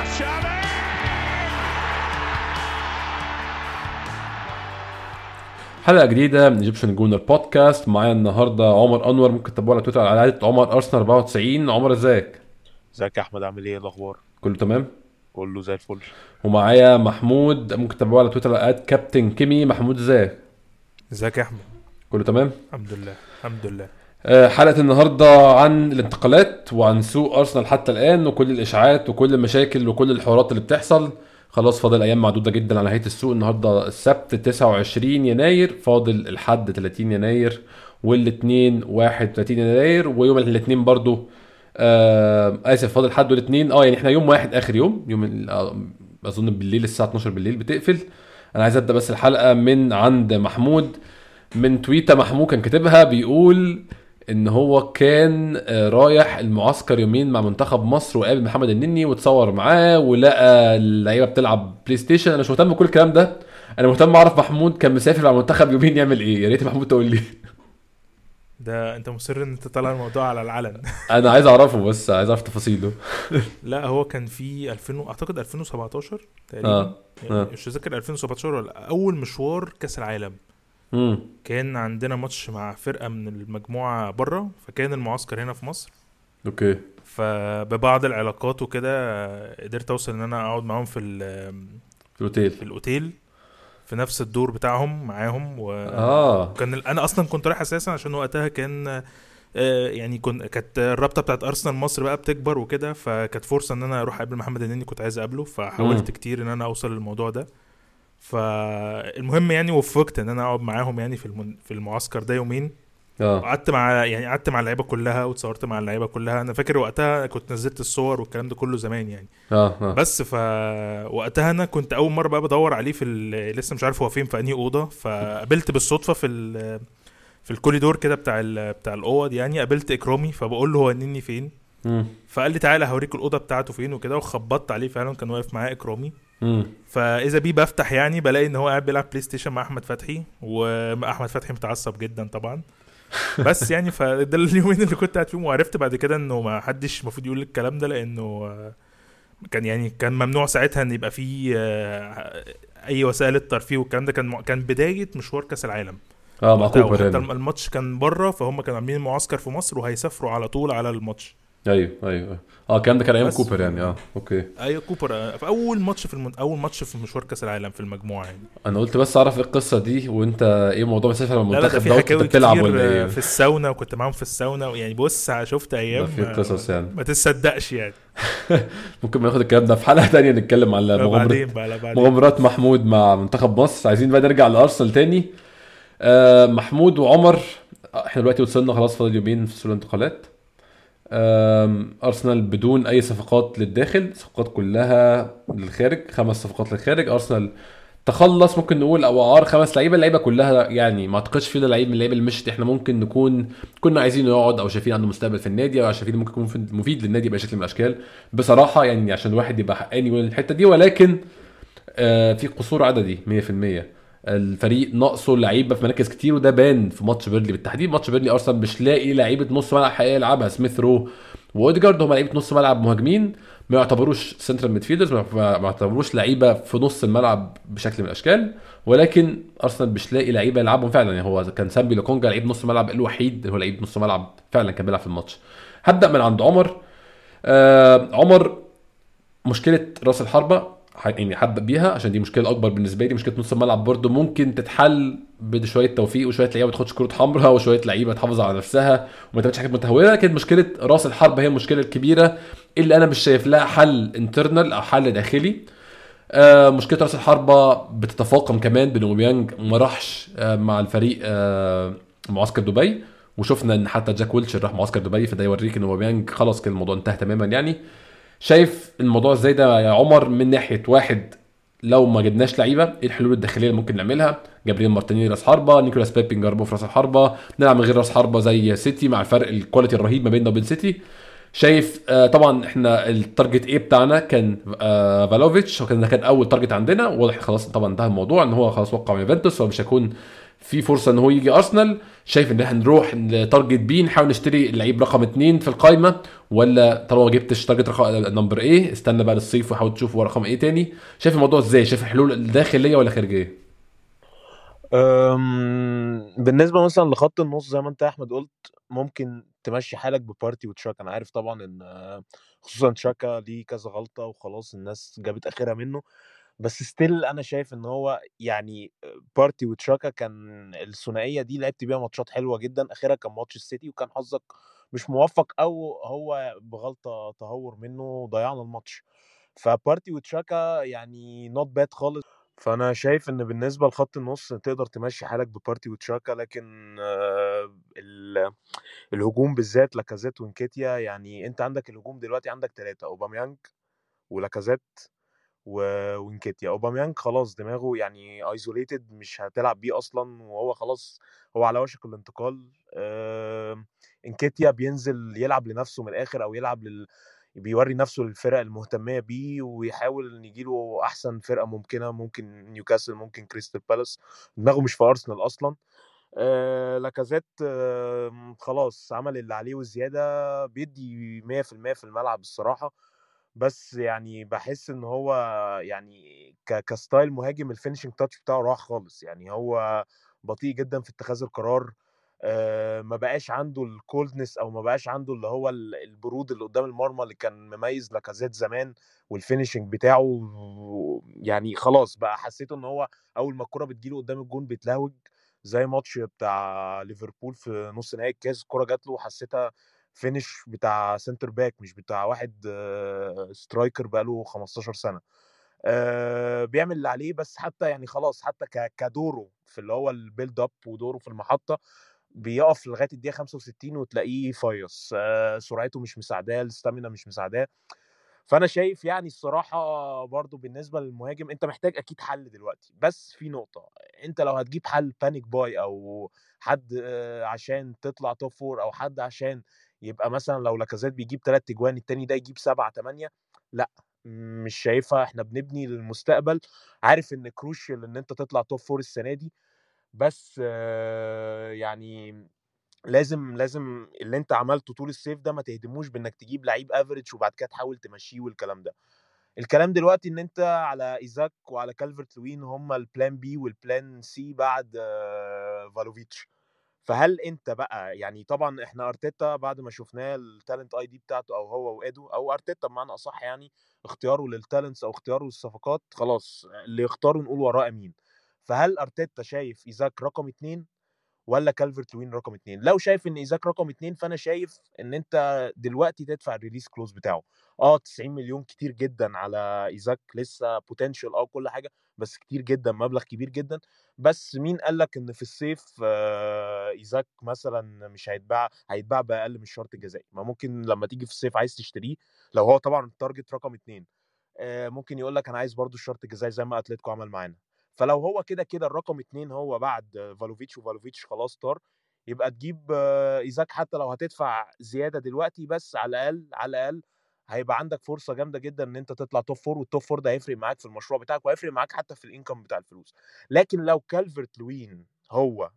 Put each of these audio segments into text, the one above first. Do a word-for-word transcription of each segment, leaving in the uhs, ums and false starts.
حلقة جديدة من ايجيبشن جونر بودكاست. معايا النهاردة عمر أنور، ممكن تتابعوا على تويتر على عادة عمر أرسنال أربعة وتسعين. عمر ازيك؟ ازيك يا احمد، عامل ايه؟ الاخبار؟ كله تمام؟ كله زي الفل. ومعايا محمود، ممكن تتابعوا على تويتر على كابتن كيمي. محمود ازيك؟ ازيك يا احمد؟ كله تمام الحمد لله الحمد لله. آه، حلقة النهاردة عن الانتقالات وعن سوق أرسنال حتى الآن وكل الإشاعات وكل المشاكل وكل الحوارات اللي بتحصل. خلاص فاضل أيام معدودة جدا على نهاية السوق. النهاردة السبت تسعة وعشرين يناير، فاضل الحد ثلاثين يناير والاثنين واحد وثلاثين يناير، ويوم الاثنين برضو آه آسف فاضل الحد والاثنين اه يعني احنا يوم واحد آخر يوم يوم ال- آه، أظن بالليل الساعة اتناشر بالليل بتقفل. أنا عايز أبدأ بس الحلقة من عند محمود، من تويتة محمود كان كاتبها بيقول ان هو كان آه، رايح المعسكر يومين مع منتخب مصر وقابل محمد النني وتصور معاه ولقى اللعيبه بتلعب بلاي ستيشن. انا مش مهتم بكل الكلام ده، انا مهتم اعرف محمود كان مسافر مع المنتخب يومين يعمل ايه. يا ريت محمود تقول لي. ده انت مصر ان انت طالع الموضوع على العلن؟ انا عايز اعرفه، بس عايز اعرف تفاصيله. لا هو كان في ألفين اعتقد ألفين وسبعتاشر تقريبا. اه يعني اه مش فاكر ألفين وسبعتاشر ولا اول مشوار كاس العالم. امم كان عندنا ماتش مع فرقه من المجموعه بره، فكان المعسكر هنا في مصر. اوكي فببعض العلاقات وكده قدرت اوصل ان انا اقعد معاهم في ال- في الاوتيل. في الاوتيل في نفس الدور بتاعهم معاهم. اه وكان ال- انا اصلا كنت رايح اساسا عشان وقتها كان آه، يعني كنت كانت الرابطه بتاعت ارسنال مصر بقى بتكبر وكده، فكانت فرصه ان انا اروح اقابل محمد النني، كنت عايز اقابله، فحاولت مم. كتير ان انا اوصل للموضوع ده. فالمهم يعني وفقت ان انا اقعد معاهم يعني في المن... في المعسكر ده يومين. اه قعدت مع يعني قعدت مع اللعيبه كلها وتصورت مع اللعيبه كلها. انا فاكر وقتها كنت نزلت الصور والكلام ده كله زمان يعني. اه اه بس ف وقتها انا كنت اول مره بقى بدور عليه في ال... لسه مش عارف هو فين في انهي اوضه. فقابلت بالصدفه في ال... في الكوريدور كده بتاع ال... بتاع الاوض يعني، قابلت اكرامي فبقول له هو النني فين. مم. فقال لي تعالى هوريك الاوضه بتاعته فين وكده، وخبطت عليه فعلا كان واقف معاه اكرامي. مم. فاذا بيه بفتح يعني بلاقي ان هو قاعد بيلعب بلاي ستيشن مع احمد فتحي، واحمد فتحي متعصب جدا طبعا. بس يعني فده اليومين اللي كنت قاعد فيهم. وعرفت بعد كده انه ما حدش المفروض يقول الكلام ده، لانه آه، كان يعني كان ممنوع ساعتها ان يبقى فيه آه، اي وسائل الترفيه والكلام ده. كان كان بدايه مشوار كاس العالم اه مع وقتها، كوبر وحتى يعني. الماتش كان بره، فهم كانوا عاملين معسكر في مصر وهيسافروا على طول على الماتش. ايوه ايوه اه الكلام ده كان ايام بس كوبر يعني. اه اوكي. ايوه كوبر آه، في اول ماتش في الم... اول ماتش في مشوار كاس العالم في المجموعه يعني. انا قلت بس اعرف القصه دي، وانت ايه موضوع مسافر مع لا لا ده المنتخب في ده وانت حكاوي بتلعب كتير ولا ايه؟ آه، في الساونا، وكنت معاهم في الساونا يعني. بص شفت ده ايام في ما, قصص يعني. ما تصدقش يعني. ممكن ناخد الكلام ده في حلقة تانية نتكلم على لا مغامرة بعدين بقى لا بعدين مغامرات محمود مع منتخب مصر. عايزين بقى نرجع لأرسنال تاني. آه محمود وعمر، احنا دلوقتي وصلنا خلاص، فاضل يومين في سوق الانتقالات. آم، أرسنال بدون أي صفقات للداخل، صفقات كلها للخارج، خمس صفقات للخارج. أرسنال تخلص ممكن نقول او اعار خمس لعيبه، اللعيبه كلها يعني ما اعتقدش في لعيب من اللعيبه اللي مشت احنا ممكن نكون كنا عايزينه يقعد او شايفين عنده مستقبل في النادي او شايفين ممكن يكون مفيد- مفيد للنادي باي شكل من الاشكال بصراحه يعني، عشان الواحد يبقى حقاني يقول الحته دي. ولكن آه في قصور عددي مية في المية. الفريق ناقصه لعيبه في مراكز كتير، وده بان في ماتش بيرلي بالتحديد. ماتش بيرلي ارسنال مش لاقي لعيبه نص ملعب حقيقيه يلعبها. سميث رو واوديجارد هم لعيبه نص ملعب مهاجمين، ما يعتبروش سنترال ميدفيلدرز، ما ما يعتبروش لعيبه في نص الملعب بشكل من الاشكال. ولكن ارسنال مش لاقي لعيبه يلعبهم فعلا يعني. هو كان سامبي لوكونجا لعيب نص ملعب الوحيد، هو لعيب نص ملعب فعلا كان بيلعب في الماتش. هبدا من عند عمر. آه عمر، مشكله راس الحربه يعني هبدا بيها عشان دي مشكله اكبر بالنسبه لي. مشكله نص الملعب برده ممكن تتحل بشويه توفيق وشويه لعيبه ما تاخدش كروت حمراء وشويه لعيبه تحافظ على نفسها وما تعملش حاجات متهوره. لكن مشكله راس الحربه هي المشكله الكبيره اللي انا مش شايف لها حل انترنال او حل داخلي. آه مشكله راس الحربه بتتفاقم كمان بان اوباميانج ما راحش آه مع الفريق آه معسكر دبي، وشفنا ان حتى جاك ويلشر راح معسكر دبي، فده يوريك ان اوباميانج خلاص كده الموضوع انتهى تماما يعني. شايف الموضوع ازاي ده يا عمر؟ من ناحيه واحد، لو ما جبناش لعيبه ايه الحلول الداخليه اللي ممكن نعملها؟ جابريل مارتينيلي راس حربه، نيكولاس بيبي نجربه في راس الحربه، نلعب من غير راس حربه زي سيتي مع الفرق الكواليتي الرهيب ما بيننا وبين سيتي. شايف آه طبعا احنا التارجت ايه بتاعنا كان آه فالوفيتش، وكان كان اول تارجت عندنا. واضح خلاص طبعا انتهى الموضوع ان هو خلاص وقع مع يوفنتوس ومش هيكون في فرصه ان هو يجي ارسنال؟ شايف ان احنا نروح لتارجت بي نحاول نشتري اللعيب رقم اتنين في القائمه، ولا طالما ما جبتش تارجت رقم نمبر ايه استنى بقى للصيف وحاول تشوف هو رقم ايه تاني؟ شايف الموضوع ازاي؟ شايف الحلول داخليه ولا خارجيه؟ أم، بالنسبة مثلا لخط النص زي ما انت يا احمد قلت، ممكن تمشي حالك ببارتي وتشاكا. انا عارف طبعا ان آه، خصوصا تشاكا ليه كذا غلطة وخلاص الناس جابت اخرها منه، بس ستيل انا شايف ان هو يعني بارتي وتشاكا كان الثنائية دي لعبت بيها ماتشات حلوة جدا. اخرها كان ماتش السيتي وكان حظك مش موفق، او هو بغلطة تهور منه ضيعنا الماتش. فبارتي وتشاكا يعني نوت باد خالص. فانا شايف ان بالنسبه لخط النص تقدر تمشي حالك ببارتي وتشاكا، لكن آه، ال- الهجوم بالذات لاكازيت وانكيتيا. يعني انت عندك الهجوم دلوقتي عندك ثلاثه: اوباميانج ولاكازيت و- وانكيتيا. اوباميانج خلاص دماغه يعني ايزوليتد، مش هتلعب بيه اصلا وهو خلاص هو على وشك الانتقال. آه، انكيتيا بينزل يلعب لنفسه من الاخر، او يلعب لل بيوري نفسه للفرق المهتمية بيه، ويحاول ان يجيله احسن فرقة ممكنة، ممكن نيوكاسل، ممكن كريستال بالاس. دماغه مش في ارسنال اصلا. آه لاكازيت آه خلاص عمل اللي عليه وزيادة، بيدي مية في المية في الملعب الصراحة. بس يعني بحس ان هو يعني ك... كستايل مهاجم الفينشنج تاتش بتاعه راح خالص. يعني هو بطيء جدا في اتخاذ القرار. آه، ما بقاش عنده الكولدنس، او ما بقاش عنده اللي هو ال- البرود اللي قدام المرمى اللي كان مميز لاكازيت زمان. والفينشنج بتاعه يعني خلاص بقى حسيته ان هو اول ما الكرة بتجيله قدام الجون بيتلهوج. زي ماتش بتاع ليفربول في نص نهائي الكاس، الكرة جات له حسيتها فينش بتاع سنتر باك، مش بتاع واحد آه، سترايكر بقاله خمستاشر سنة. آه، بيعمل اللي عليه، بس حتى يعني خلاص حتى ك- كدوره في اللي هو البيلد اب ودوره في المحطة بيقف لغاية الدقيقة خمسة وستين وتلاقيه فايص. آه، سرعته مش مساعداه، الستامينا مش مساعداه. فانا شايف يعني الصراحه برضو بالنسبه للمهاجم انت محتاج اكيد حل دلوقتي. بس في نقطه: انت لو هتجيب حل بانيك باي، او حد آه، عشان تطلع توب فور، او حد عشان يبقى مثلا لو لاكازيت بيجيب ثلاث اجوان التاني ده يجيب سبعة تمانية، لا مش شايفها. احنا بنبني للمستقبل. عارف ان كروشيال ان انت تطلع توب فور السنه دي، بس آه، يعني لازم لازم اللي انت عملته طول الصيف ده ما تهدموش بانك تجيب لعيب افريج وبعد كده تحاول تمشيه والكلام ده. الكلام دلوقتي ان انت على ايزاك وعلى كالفرت لوين هم البلان بي والبلان سي بعد آه، فالوفيتش. فهل انت بقى يعني طبعا احنا ارتيتا بعد ما شفناه التالنت اي دي بتاعته، او هو وادو، او ارتيتا بمعنى اصح يعني اختياره للتالنتس او اختياره للصفقات، خلاص اللي يختاره نقول وراه امين. فهل ارتيتا شايف ايزاك رقم اتنين ولا كالفرت لوين رقم اتنين؟ لو شايف ان ايزاك رقم اتنين فانا شايف ان انت دلوقتي تدفع الريليس كلوز بتاعه. اه تسعين مليون كتير جدا على ايزاك، لسه بوتنشال اه كل حاجه، بس كتير جدا، مبلغ كبير جدا. بس مين قال لك ان في الصيف آه ايزاك مثلا مش هيتباع هيتباع باقل من الشرط الجزائي؟ ما ممكن لما تيجي في الصيف عايز تشتريه، لو هو طبعا التارجت رقم اتنين، آه ممكن يقول لك انا عايز برضو الشرط الجزائي زي ما اتلتيكو عمل معانا. فلو هو كده كده الرقم اتنين هو بعد فالوفيتش، وفالوفيتش خلاص طار، يبقى تجيب آه، ايزاك حتى لو هتدفع زياده دلوقتي، بس على الاقل على الاقل هيبقى عندك فرصه جامده جدا ان انت تطلع توب فور، والتوب فور ده هيفرق معاك في المشروع بتاعك، وهيفرق معاك حتى في الانكم بتاع الفلوس. لكن لو كالفرت لوين هو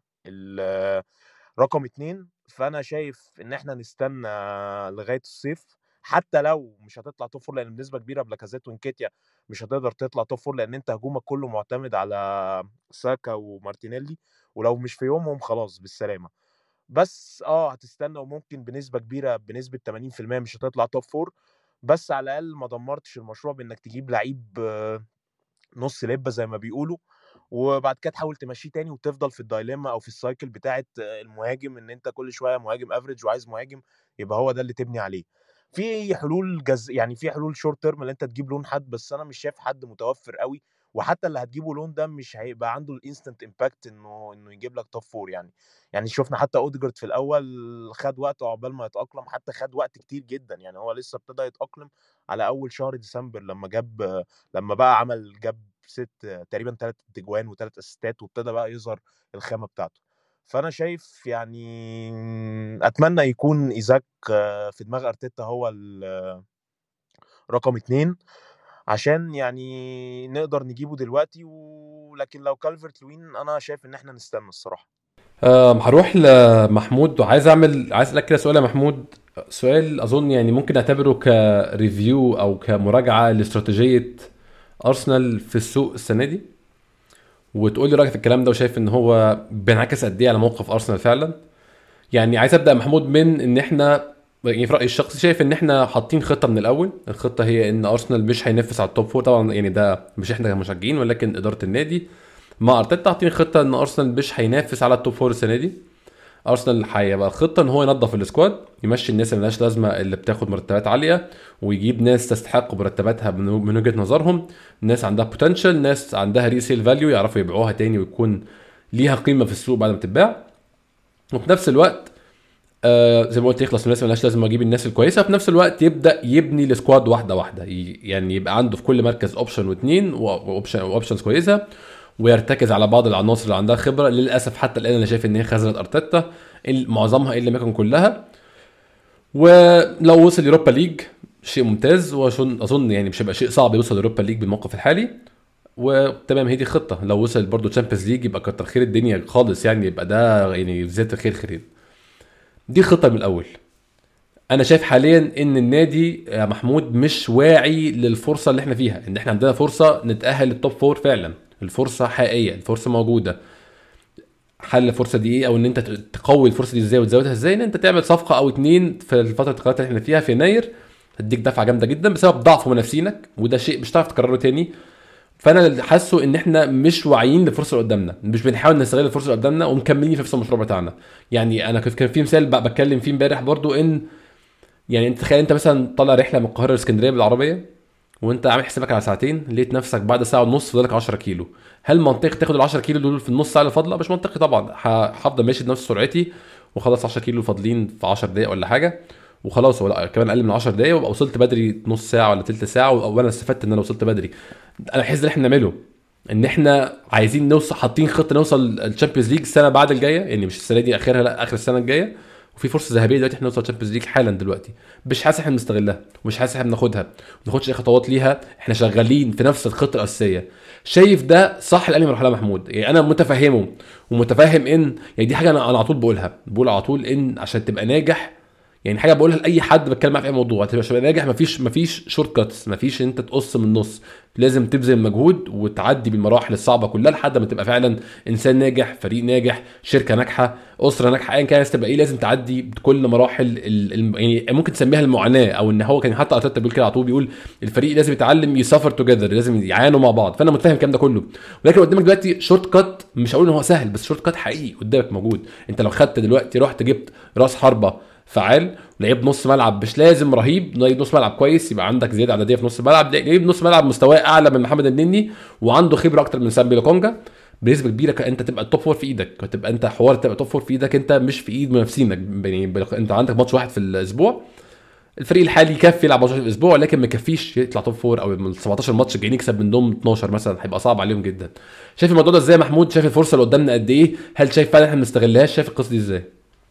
ال- رقم اتنين، فانا شايف ان احنا نستنى لغايه الصيف. حتى لو مش هتطلع توب فور، لان بنسبه كبيره بلاكازيت وانكيتيا مش هتقدر تطلع توب فور، لان انت هجومك كله معتمد على ساكا ومارتينيلي، ولو مش في يومهم خلاص بالسلامه. بس اه هتستنى، وممكن بنسبه كبيره بنسبه ثمانين في المية مش هتطلع توب فور، بس على الاقل ما دمرتش المشروع بانك تجيب لعيب آه، نص لبه زي ما بيقولوا، وبعد كده تحاول تمشيه تاني، وتفضل في الدايليما او في السايكل بتاعه المهاجم ان انت كل شويه مهاجم افريج وعايز مهاجم، يبقى هو ده اللي تبني عليه. في حلول جز يعني في حلول شورت تيرم اللي انت تجيب لون حد، بس انا مش شايف حد متوفر قوي. وحتى اللي هتجيبه لون ده مش هيبقى عنده الانستنت امباكت انه انه يجيب لك توب فور يعني. يعني شفنا حتى اوديجارد في الاول خد وقت عقبال ما يتاقلم، حتى خد وقت كتير جدا. يعني هو لسه ابتدى يتاقلم على اول شهر ديسمبر، لما جاب لما بقى عمل جاب ست تقريبا ثلاث تجوان وثلاث اسيستات، وابتدى بقى يظهر الخامه بتاعته. فانا شايف يعني اتمنى يكون ايزاك آه، في دماغ ارتيتا هو رقم اتنين. عشان يعني نقدر نجيبه دلوقتي. ولكن لو كالفرت لوين انا شايف ان احنا نستنى الصراحه. أه هروح لمحمود وعايز اعمل عايز اسالك كده سؤال يا محمود. سؤال اظن يعني ممكن نعتبره كريفيو او كمراجعه لاستراتيجيه ارسنال في السوق السنه دي، وتقول لي رايك في الكلام ده وشايف ان هو بينعكس قد ايه على موقف ارسنال فعلا. يعني عايز ابدا محمود من ان احنا يعني في رايي الشخصي شايف ان احنا حاطين خطه من الاول. الخطه هي ان ارسنال مش هينافس على التوب فور طبعا، يعني ده مش احنا كمشجعين ولكن اداره النادي مع ارتيتا حاطين خطه ان ارسنال مش هينافس على التوب فور السنه دي. ارسنال هيبقى الخطه ان هو ينظف السكواد، يمشي الناس اللي مالهاش لازمه اللي بتاخد مرتبات عاليه، ويجيب ناس تستحق مرتباتها من وجهه نظرهم، ناس عندها بوتنشال، ناس عندها ريسيل فاليو يعرفوا يبيعوها تاني ويكون ليها قيمه في السوق بعد ما تتباع. وفي نفس الوقت آه زي ما قلت يخلص من الناس مالهاش لازمه، يجيب الناس الكويسه. في نفس الوقت يبدا يبني السكواد واحده واحده، يعني يبقى عنده في كل مركز اوبشن واثنين واوبشن واوبشنز كويسه، ويرتكز على بعض العناصر اللي عندها خبره. للاسف حتى الان انا شايف ان هي خزنه ارتيتا معظمها ان لم يكن كلها. ولو وصل يوروبا ليج شيء ممتاز، واظن اظن يعني مش هيبقى شيء صعب يوصل يوروبا ليج بالموقف الحالي. وتمام هي دي خطه. لو وصل برضو تشامبيونز ليج يبقى كتر خير الدنيا خالص، يعني يبقى ده يعني زيت الخير خيرين. دي خطه من الاول. انا شايف حاليا ان النادي يا محمود مش واعي للفرصه اللي احنا فيها، ان احنا عندنا فرصه نتاهل للتوب فور فعلا. الفرصه حقيقيه، الفرصه موجوده. حل الفرصه دي ايه، او ان انت تقوي الفرصه دي ازاي وتزودها ازاي؟ ان انت تعمل صفقه او اتنين في الفتره الانتقالات اللي احنا فيها في يناير تديك دفعه جامده جدا بسبب ضعف منافسينك، وده شيء مش هتعرف تكرره تاني. فانا حاسه ان احنا مش واعيين للفرصه اللي قدامنا، مش بنحاول نستغل الفرصه اللي قدامنا ومكملين في نفس المشروع بتاعنا. يعني انا كنت كان في مثال بتكلم فيه امبارح برضو، ان يعني انت تخيل انت مثلا طالع رحله من القاهره لاسكندريه بالعربيه، وانت عامل حسابك على ساعتين، لقيت نفسك بعد ساعه ونص فضلك عشرة كيلو. هل منطقي تاخد ال عشرة كيلو دول في النص ساعه اللي فاضله؟ مش منطقي طبعا. هفضل ماشي بنفس سرعتي وخلاص عشرة كيلو فاضلين في عشر دقايق ولا حاجه وخلاص، ولا كمان اقل من عشر دقايق وابقى وصلت بدري نص ساعه ولا ثلث ساعه، وانا استفدت ان انا وصلت بدري. انا حاسس ان احنا بنعمله ان احنا عايزين نوصل، حاطين خطه نوصل الشامبيونز ليج السنه بعد الجايه، يعني مش السنه دي اخرها، لا اخر السنه الجايه. وفي فرصه ذهبيه دلوقتي احنا نوصل الشامبيونز ليج حالا دلوقتي. مش حاسس احنا بنستغلها، ومش حاسس احنا بناخدها، ما بناخدش اي خطوات ليها. احنا شغالين في نفس الخطه الاساسيه. شايف ده صح الاني مرحله محمود؟ يعني انا متفهمه ومتفهم ان يعني دي حاجه انا على طول بقولها بقول على طول ان عشان تبقى ناجح، يعني حاجه بقولها لاي حد بتكلم معاه في اي موضوع، تبقى ناجح مفيش مفيش شورت كاتس، مفيش انت تقص من النص. لازم تبذل مجهود وتعدي بالمراحل الصعبه كلها لحد ما تبقى فعلا انسان ناجح، فريق ناجح، شركه ناجحه، اسره ناجحه، ايا كان تبقى ايه. لازم تعدي بكل مراحل ال... ال... يعني ممكن تسميها المعاناه، او ان هو كان حتى ارتيتا بيقول كده على طول، بيقول الفريق لازم يتعلم يسافر توجذر، لازم يعانوا مع بعض. فانا متفهم الكلام ده كله، ولكن قدامك دلوقتي شورت كات. مش هقول ان هو سهل، بس شورت كات حقيقي قدامك موجود. انت لو خدت دلوقتي رحت جبت راس حربه فعال، لعيب نص ملعب مش لازم رهيب، لعيب نص ملعب كويس، يبقى عندك زياده عدديه في نص الملعب، لعيب نص ملعب مستواه اعلى من محمد النني وعنده خبره اكتر من سامبي لوكونجا، بنسبه كبيره انت تبقى التوب فور في ايدك. تبقى انت حوار تبقى توب فور في ايدك، انت مش في ايد منافسينك. يعني انت عندك ماتش واحد في الاسبوع، الفريق الحالي يكفي يلعب ماتش في الاسبوع، لكن ما يكفيش يطلع توب فور او من سبعتاشر ماتش جايين يكسب منهم اتناشر مثلا، هيبقى صعب عليهم جدا. شايف الموضوع ده ازاي يا محمود؟ شايف الفرصه اللي قدامنا قد ايه؟ هل شايف فعلا احنا ما بنستغلهاش؟ شايف القصه دي ازاي؟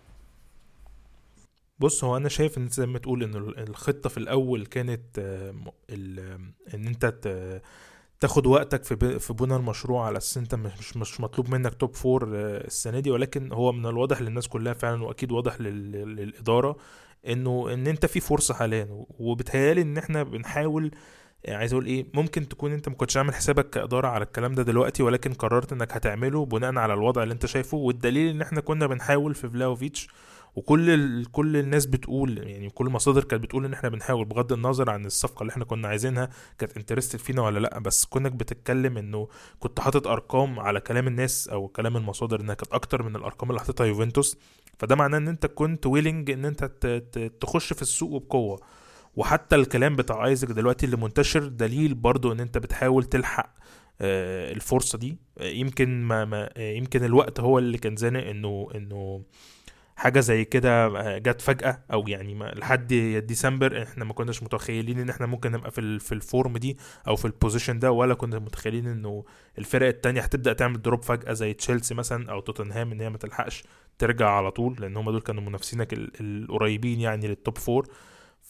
بص، هو انا شايف ان زي ما تقول ان الخطه في الاول كانت ان انت تاخد وقتك في في بناء المشروع على اساس انت مش مش مطلوب منك توب فور السنه دي، ولكن هو من الواضح للناس كلها فعلا، واكيد واضح للاداره انه ان انت في فرصه حاليا. وبتهيالي ان احنا بنحاول، عايز اقول ايه، ممكن تكون انت ما كنتش عامل حسابك كاداره على الكلام ده دلوقتي، ولكن قررت انك هتعمله بناء على الوضع اللي انت شايفه. والدليل ان احنا كنا بنحاول في فلاوفيتش، وكل ال... كل الناس بتقول، يعني كل المصادر كانت بتقول ان احنا بنحاول، بغض النظر عن الصفقه اللي احنا كنا عايزينها كانت انترستد فينا ولا لا، بس كنك بتتكلم انه كنت حاطط ارقام على كلام الناس او كلام المصادر انها كانت اكتر من الارقام اللي حاططها يوفنتوس. فده معناه ان انت كنت ويلنج ان انت ت... ت... تخش في السوق وبقوه. وحتى الكلام بتاع ايزك دلوقتي اللي منتشر دليل برضو ان انت بتحاول تلحق الفرصه دي. يمكن ما, ما يمكن الوقت هو اللي كان زانق انه انه حاجه زي كده جت فجاه، او يعني لحد ديسمبر احنا ما كناش متخيلين ان احنا ممكن نبقى في في الفورم دي او في البوزيشن ده، ولا كنا متخيلين انه الفرق التانية هتبدا تعمل دروب فجاه زي تشيلسي مثلا او توتنهام، ان هي ما تلحقش ترجع على طول، لان هم دول كانوا منافسينك القريبين يعني للتوب فور.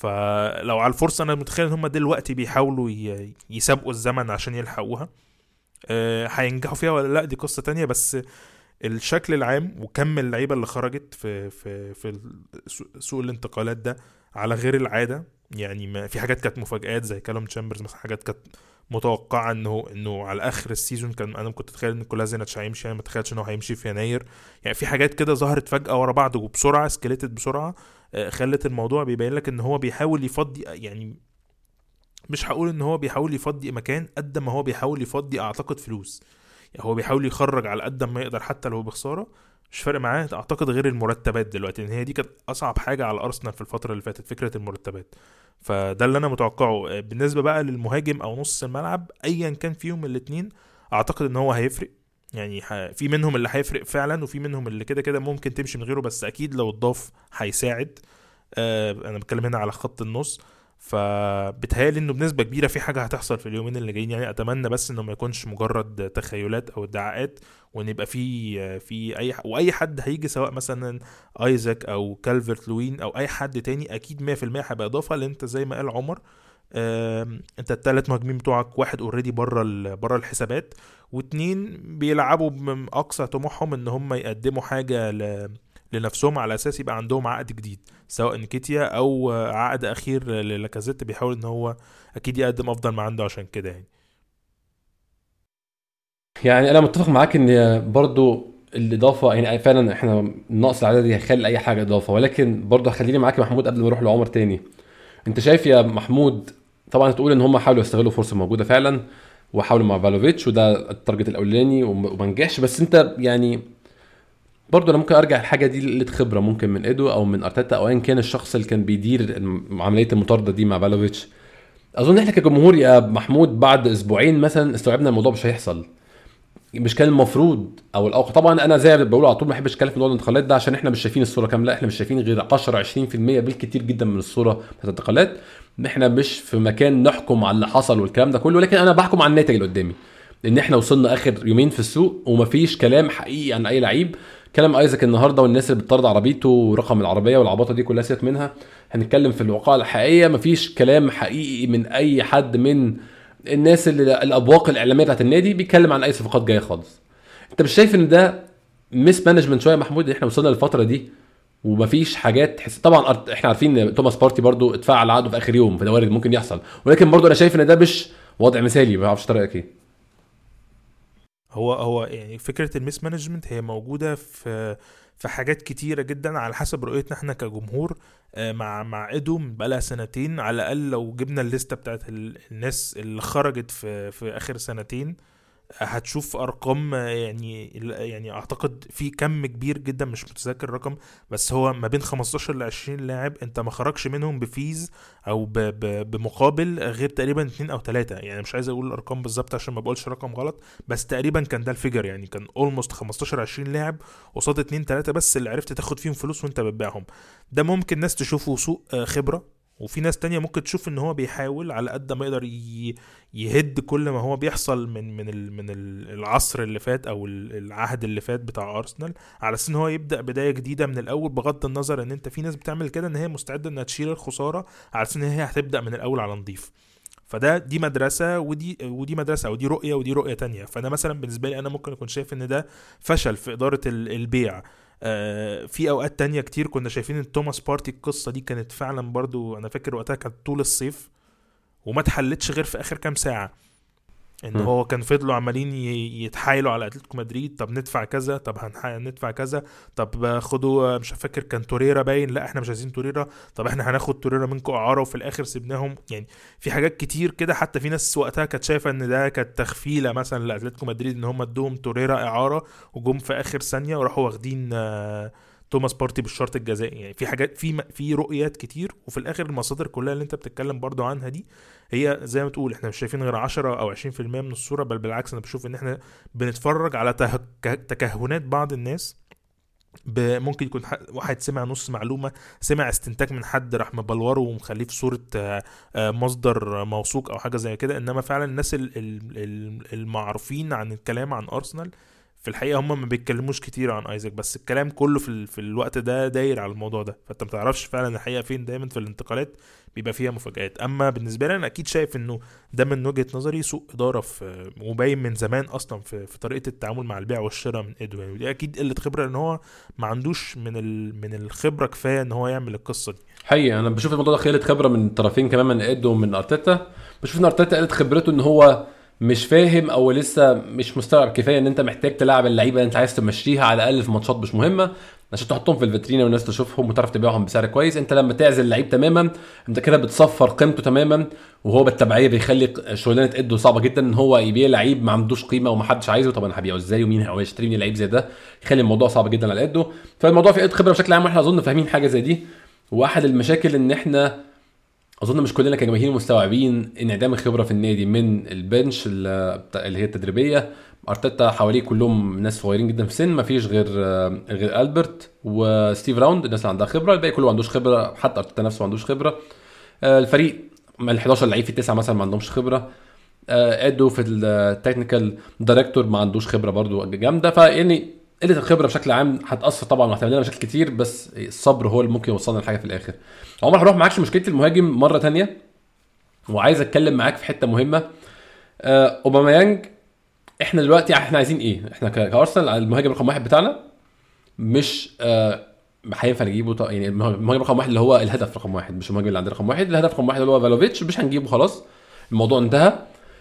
فلو على الفرصه انا متخيل ان هم دلوقتي بيحاولوا ي- يسابقوا الزمن عشان يلحقوها. أه هينجحوا فيها ولا لا دي قصه تانية، بس الشكل العام وكم اللعيبه اللي خرجت في في في سوق الانتقالات ده على غير العاده. يعني ما في حاجات كانت مفاجآت زي كالوم تشامبرز مثلا، حاجات كانت متوقعه انه انه على اخر السيزون كان انا كنت اتخيل ان كولازيناتش هيمشي، انا ما اتخيلش انه هيمشي في يناير. يعني في حاجات كده ظهرت فجاه ورا بعض وبسرعه سكليتت بسرعه، آه، خلت الموضوع بيبين لك ان هو بيحاول يفضي. يعني مش هقول ان هو بيحاول يفضي مكان قد ما هو بيحاول يفضي اعتقد فلوس. يعني هو بيحاول يخرج على قد ما يقدر حتى لو بخساره، مش فارق معاه اعتقد غير المرتبات دلوقتي، ان هي دي كانت اصعب حاجه على ارسنال في الفتره اللي فاتت، فكره المرتبات. فده اللي انا متوقعه. بالنسبه بقى للمهاجم او نص الملعب ايا كان فيهم الاثنين، اعتقد ان هو هيفرق. يعني ح... في منهم اللي هيفرق فعلا، وفي منهم اللي كده كده ممكن تمشي من غيره، بس اكيد لو اتضاف هيساعد. آه انا بتكلم هنا على خط النص. فبتهيألي انه بنسبه كبيره في حاجه هتحصل في اليومين اللي جايين. يعني اتمنى بس انه ما يكونش مجرد تخيلات او ادعاءات، وان يبقى في في اي ح- واي حد هيجي سواء مثلا ايزاك او كالفرت لوين او اي حد تاني اكيد مية في المية هيبقى اضافه. لان انت زي ما قال عمر، آم، انت الثلاث مهاجمين بتوعك واحد اوريدي بره ال- بره الحسابات، واتنين بيلعبوا باقصى طموحهم ان هم يقدموا حاجه ل... لنفسهم على اساس يبقى عندهم عقد جديد، سواء نكيتيا او عقد اخير للاكازيت بيحاول ان هو اكيد يقدم افضل ما عنده عشان كده يعني. يعني انا متفق معاك ان برضو الاضافه، يعني فعلا احنا النقص العددي هيخلي اي حاجه اضافه، ولكن برضو هخليني معاك يا محمود قبل ما اروح لعمر تاني. انت شايف يا محمود، طبعا تقول ان هم حاولوا يستغلوا فرصه موجوده فعلا وحاولوا مع فالوفيتش وده التارجت الاولاني وم- وما نجحش، بس انت يعني برضو انا ممكن ارجع الحاجه دي لقله خبره ممكن من ايدو او من ارتيتا او ايا كان الشخص اللي كان بيدير الم- عمليه المطارده دي مع فالوفيتش. اظن احنا كجمهور يا محمود بعد اسبوعين مثلا استوعبنا الموضوع مش هيحصل. مش كان المفروض او الاوقع، طبعا انا زي ما بقول على طول ما بحبش اتكلم في موضوع الانتقالات ده عشان احنا مش شايفين الصوره كامله، احنا مش شايفين غير عشرة عشرين في المية بالكتير جدا من الصوره بتاعت الانتقالات. احنا مش في مكان نحكم على اللي حصل والكلام ده كله، لكن انا بحكم على الناتج اللي قدامي. ان احنا وصلنا اخر يومين في السوق ومفيش كلام حقيقي عن اي لعيب. كلام ايزاك النهارده والناس اللي بتطرد عربيته ورقم العربيه والعباطه دي كلها سيبك منها، هنتكلم في الواقع الحقيقيه. مفيش كلام حقيقي من اي حد من الناس اللي الابواق الاعلاميه بتاعت النادي بيتكلم عن اي صفقات جايه خالص. انت مش شايف ان ده ميس مانجمنت شويه يا محمود؟ احنا وصلنا للفتره دي ومفيش حاجات تحس. طبعا أرت- احنا عارفين ان توماس بارتي برضو اتفعل عقده في اخر يوم، فده وارد ممكن يحصل، ولكن برضو انا شايف ان ده مش وضع مثالي. ما اعرفش رايك ايه. هو هو يعني فكره الميس مانجمنت هي موجوده في في حاجات كتيره جدا على حسب رؤيتنا احنا كجمهور. آه، مع مع ادوم بقالها سنتين على الاقل. لو جبنا الليسته بتاعت ال- الناس اللي خرجت في في اخر سنتين، هتشوف ارقام. يعني يعني اعتقد في كم كبير جدا مش متذكر الرقم، بس هو ما بين خمستاشر ل عشرين لاعب انت ما خرجش منهم بفيز او ب ب بمقابل غير تقريبا اتنين او تلاتة. يعني مش عايز اقول الارقام بالظبط عشان ما بقولش رقم غلط، بس تقريبا كان ده الفيجر. يعني كان اولموست خمستاشر عشرين لاعب قصاد اتنين تلاتة بس اللي عرفت تاخد فيهم فلوس وانت بتبيعهم. ده ممكن ناس تشوفه سوء آه، خبرة، وفي ناس تانية ممكن تشوف ان هو بيحاول على قد ما يقدر ي... يهد كل ما هو بيحصل من من ال- من ال- العصر اللي فات او ال- العهد اللي فات بتاع ارسنال، على اساس ان هو يبدا بدايه جديده من الاول. بغض النظر ان انت في ناس بتعمل كده ان هي مستعده انها تشيل الخساره على اساس ان هي هتبدا من الاول على نظيف. فده دي مدرسه ودي ودي مدرسه، ودي رؤيه ودي رؤيه تانية. فانا مثلا بالنسبه لي انا ممكن اكون شايف ان ده فشل في اداره ال- البيع. آه، في اوقات تانية كتير كنا شايفين ان توماس بارتي القصه دي كانت فعلا برضو، انا فاكر وقتها كانت طول الصيف وما اتحلتش غير في اخر كام ساعه. ان م. هو كان فضلوا عمالين ي- يتحايلوا على اتلتيكو مدريد، طب ندفع كذا، طب هنح- هندفع كذا، طب خدوا مش فاكر كان توريرا باين، لا احنا مش عايزين توريرا، طب احنا هناخد توريرا منكم اعاره، وفي الاخر سيبناهم. يعني في حاجات كتير كده. حتى في ناس وقتها كانت شايفه ان ده كانت تخفيله مثلا لاتلتيكو مدريد ان هم ادوهم توريرا اعاره، وجم في اخر ثانيه وراحوا واخدين آه، توماس بارتي بالشرط الجزائي. يعني في حاجات في في رؤيات كتير، وفي الاخر المصادر كلها اللي انت بتتكلم برضو عنها دي هي زي ما تقول احنا مش شايفين غير عشرة او عشرين في المية من الصورة. بل بالعكس انا بشوف ان احنا بنتفرج على تهك- تكهنات بعض الناس. ب- ممكن يكون ح- واحد سمع نص معلومة، سمع استنتاج من حد راح مبلوره ومخليه في صورة آه، آه، مصدر موثوق او حاجة زي كده. انما فعلا الناس ال- ال- ال- المعروفين عن الكلام عن ارسنال في الحقيقه هم ما بيتكلموش كتير عن ايزاك، بس الكلام كله في ال... في الوقت ده داير على الموضوع ده، فانت ما تعرفش فعلا الحقيقه فين. دايما في الانتقالات بيبقى فيها مفاجآت. اما بالنسبه لي انا اكيد شايف انه ده من وجهه نظري سوء اداره في مبين من زمان اصلا في, في طريقه التعامل مع البيع والشراء من ادو يعني. ودي اكيد قله خبره، ان هو ما عندوش من ال... من الخبره كفايه ان هو يعمل القصه دي. حقيقي انا بشوف الموضوع ده خيانه خبره من الطرفين كمان، من ادو ومن ارتيتا. بشوف ان ارتيتا قالت خبرته ان هو مش فاهم او لسه مش مستوعب كفايه ان انت محتاج تلعب اللعيبه اللي انت عايز تمشيها على الاقل في ماتشات مش مهمه عشان تحطهم في الفيترينا والناس تشوفهم وتعرف تبيعهم بسعر كويس. انت لما تعزل اللعيب تماما انت كده بتصفر قيمته تماما، وهو بالتبعيه بيخلي شغلانه ادو صعبه جدا ان هو يبيع لعيب ما عندوش قيمه ومحدش عايزه. طب انا هبيعه ازاي ومين هو يشتري مني لعيب زي ده؟ يخلي الموضوع صعب جدا على ادو. فالموضوع في قله خبره بشكل عام، واحنا اظن فاهمين حاجه زي دي. واحد المشاكل ان احنا اظن مش كلنا كجماهير مستوعبين انعدام الخبره في النادي من البنش اللي اللي هي التدريبيه. ارتيتا حواليه كلهم ناس صغيرين جدا في السن، ما فيش غير غير البرت وستيف راوند الناس اللي عندها خبره، الباقي كله ما عندوش خبره، حتى ارتيتا نفسه ما عندوش خبره. الفريق من ال احداشر لعيب في التسعه مثلا ما عندهمش خبره. ادو في التكنيكال دايركتور ما عندوش خبره برضو جامده. فيعني قله الخبره بشكل عام هتاثر طبعا وهتعمل لنا مشاكل كتير، بس الصبر هو اللي ممكن يوصلنا لحاجه في الاخر. عمر هروح معاك لمشكله المهاجم مره تانية، وعايز اتكلم معاك في حته مهمه. آه، اوباميانج احنا دلوقتي احنا عايزين ايه؟ احنا كارسنال المهاجم رقم واحد بتاعنا مش آه هينفع نجيبه. ط- يعني المهاجم رقم واحد اللي هو الهدف رقم واحد، مش المهاجم اللي عندنا رقم واحد. الهدف رقم واحد اللي هو فالوفيتش، مش هنجيبه خلاص، الموضوع انتهى.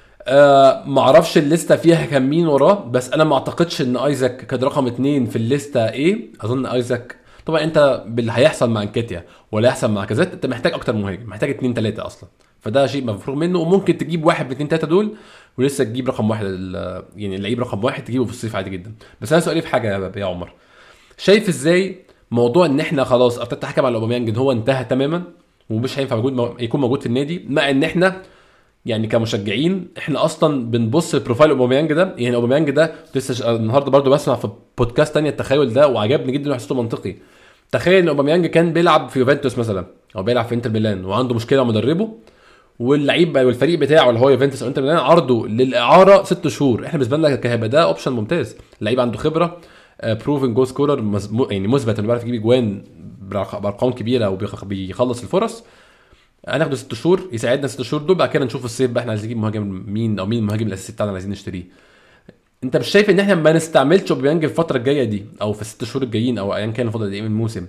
آه معرفش الليسته فيها كان مين وراه، بس انا ما اعتقدش ان ايزاك كان رقم اتنين في الليسته. ايه اظن ايزاك طبعا انت باللي هيحصل مع انكيتيا ولا يحصل مع كازات انت محتاج اكتر مهاجم، محتاج اتنين تلاته اصلا. فده شيء مفروغ منه، وممكن تجيب واحد من اتنين تلاته دول ولسه تجيب رقم واحد ال- يعني اللعيب رقم واحد تجيبه في الصيف عادي جدا. بس انا سؤالي في حاجه يا يا عمر، شايف ازاي موضوع ان احنا خلاص ارتيتا حكم على اوباميانج ان هو انتهى تماما ومش هينفع موجود يكون موجود في النادي، مع ان احنا يعني كمشجعين احنا اصلا بنبص لبروفايل اوباميانج ده. يعني اوباميانج ده لسه ش- النهارده برضو بسمع في بودكاست تانية التخيل ده وعجبني جدا وحسيته منطقي. تخيل ان اوباميانج كان بيلعب في يوفنتوس مثلا او بيلعب في انتر ميلان وعنده مشكله مع مدربه، واللعيب والفريق بتاعه اللي هو يوفنتوس او انتر ميلان عرضه للاعاره ست شهور. احنا بالنسبه لنا كان هيبقى ده اوبشن ممتاز، اللعيب عنده خبره، بروفن جول سكورر، يعني مثبت انه بيعرف يجيب اجوان بارقام كبيره وبيخلص الفرص. هناخده ست شهور يساعدنا ست شهور دول، بعد كده نشوف الصيف بقى احنا عايزين نجيب مهاجم مين او مين المهاجم الاساسي بتاعنا اللي عايزين نشتريه. انت مش شايف ان احنا ما نستعملش اوباميانج الفتره الجايه دي او في الست شهور الجايين او ايا كان الفتره دي من الموسم؟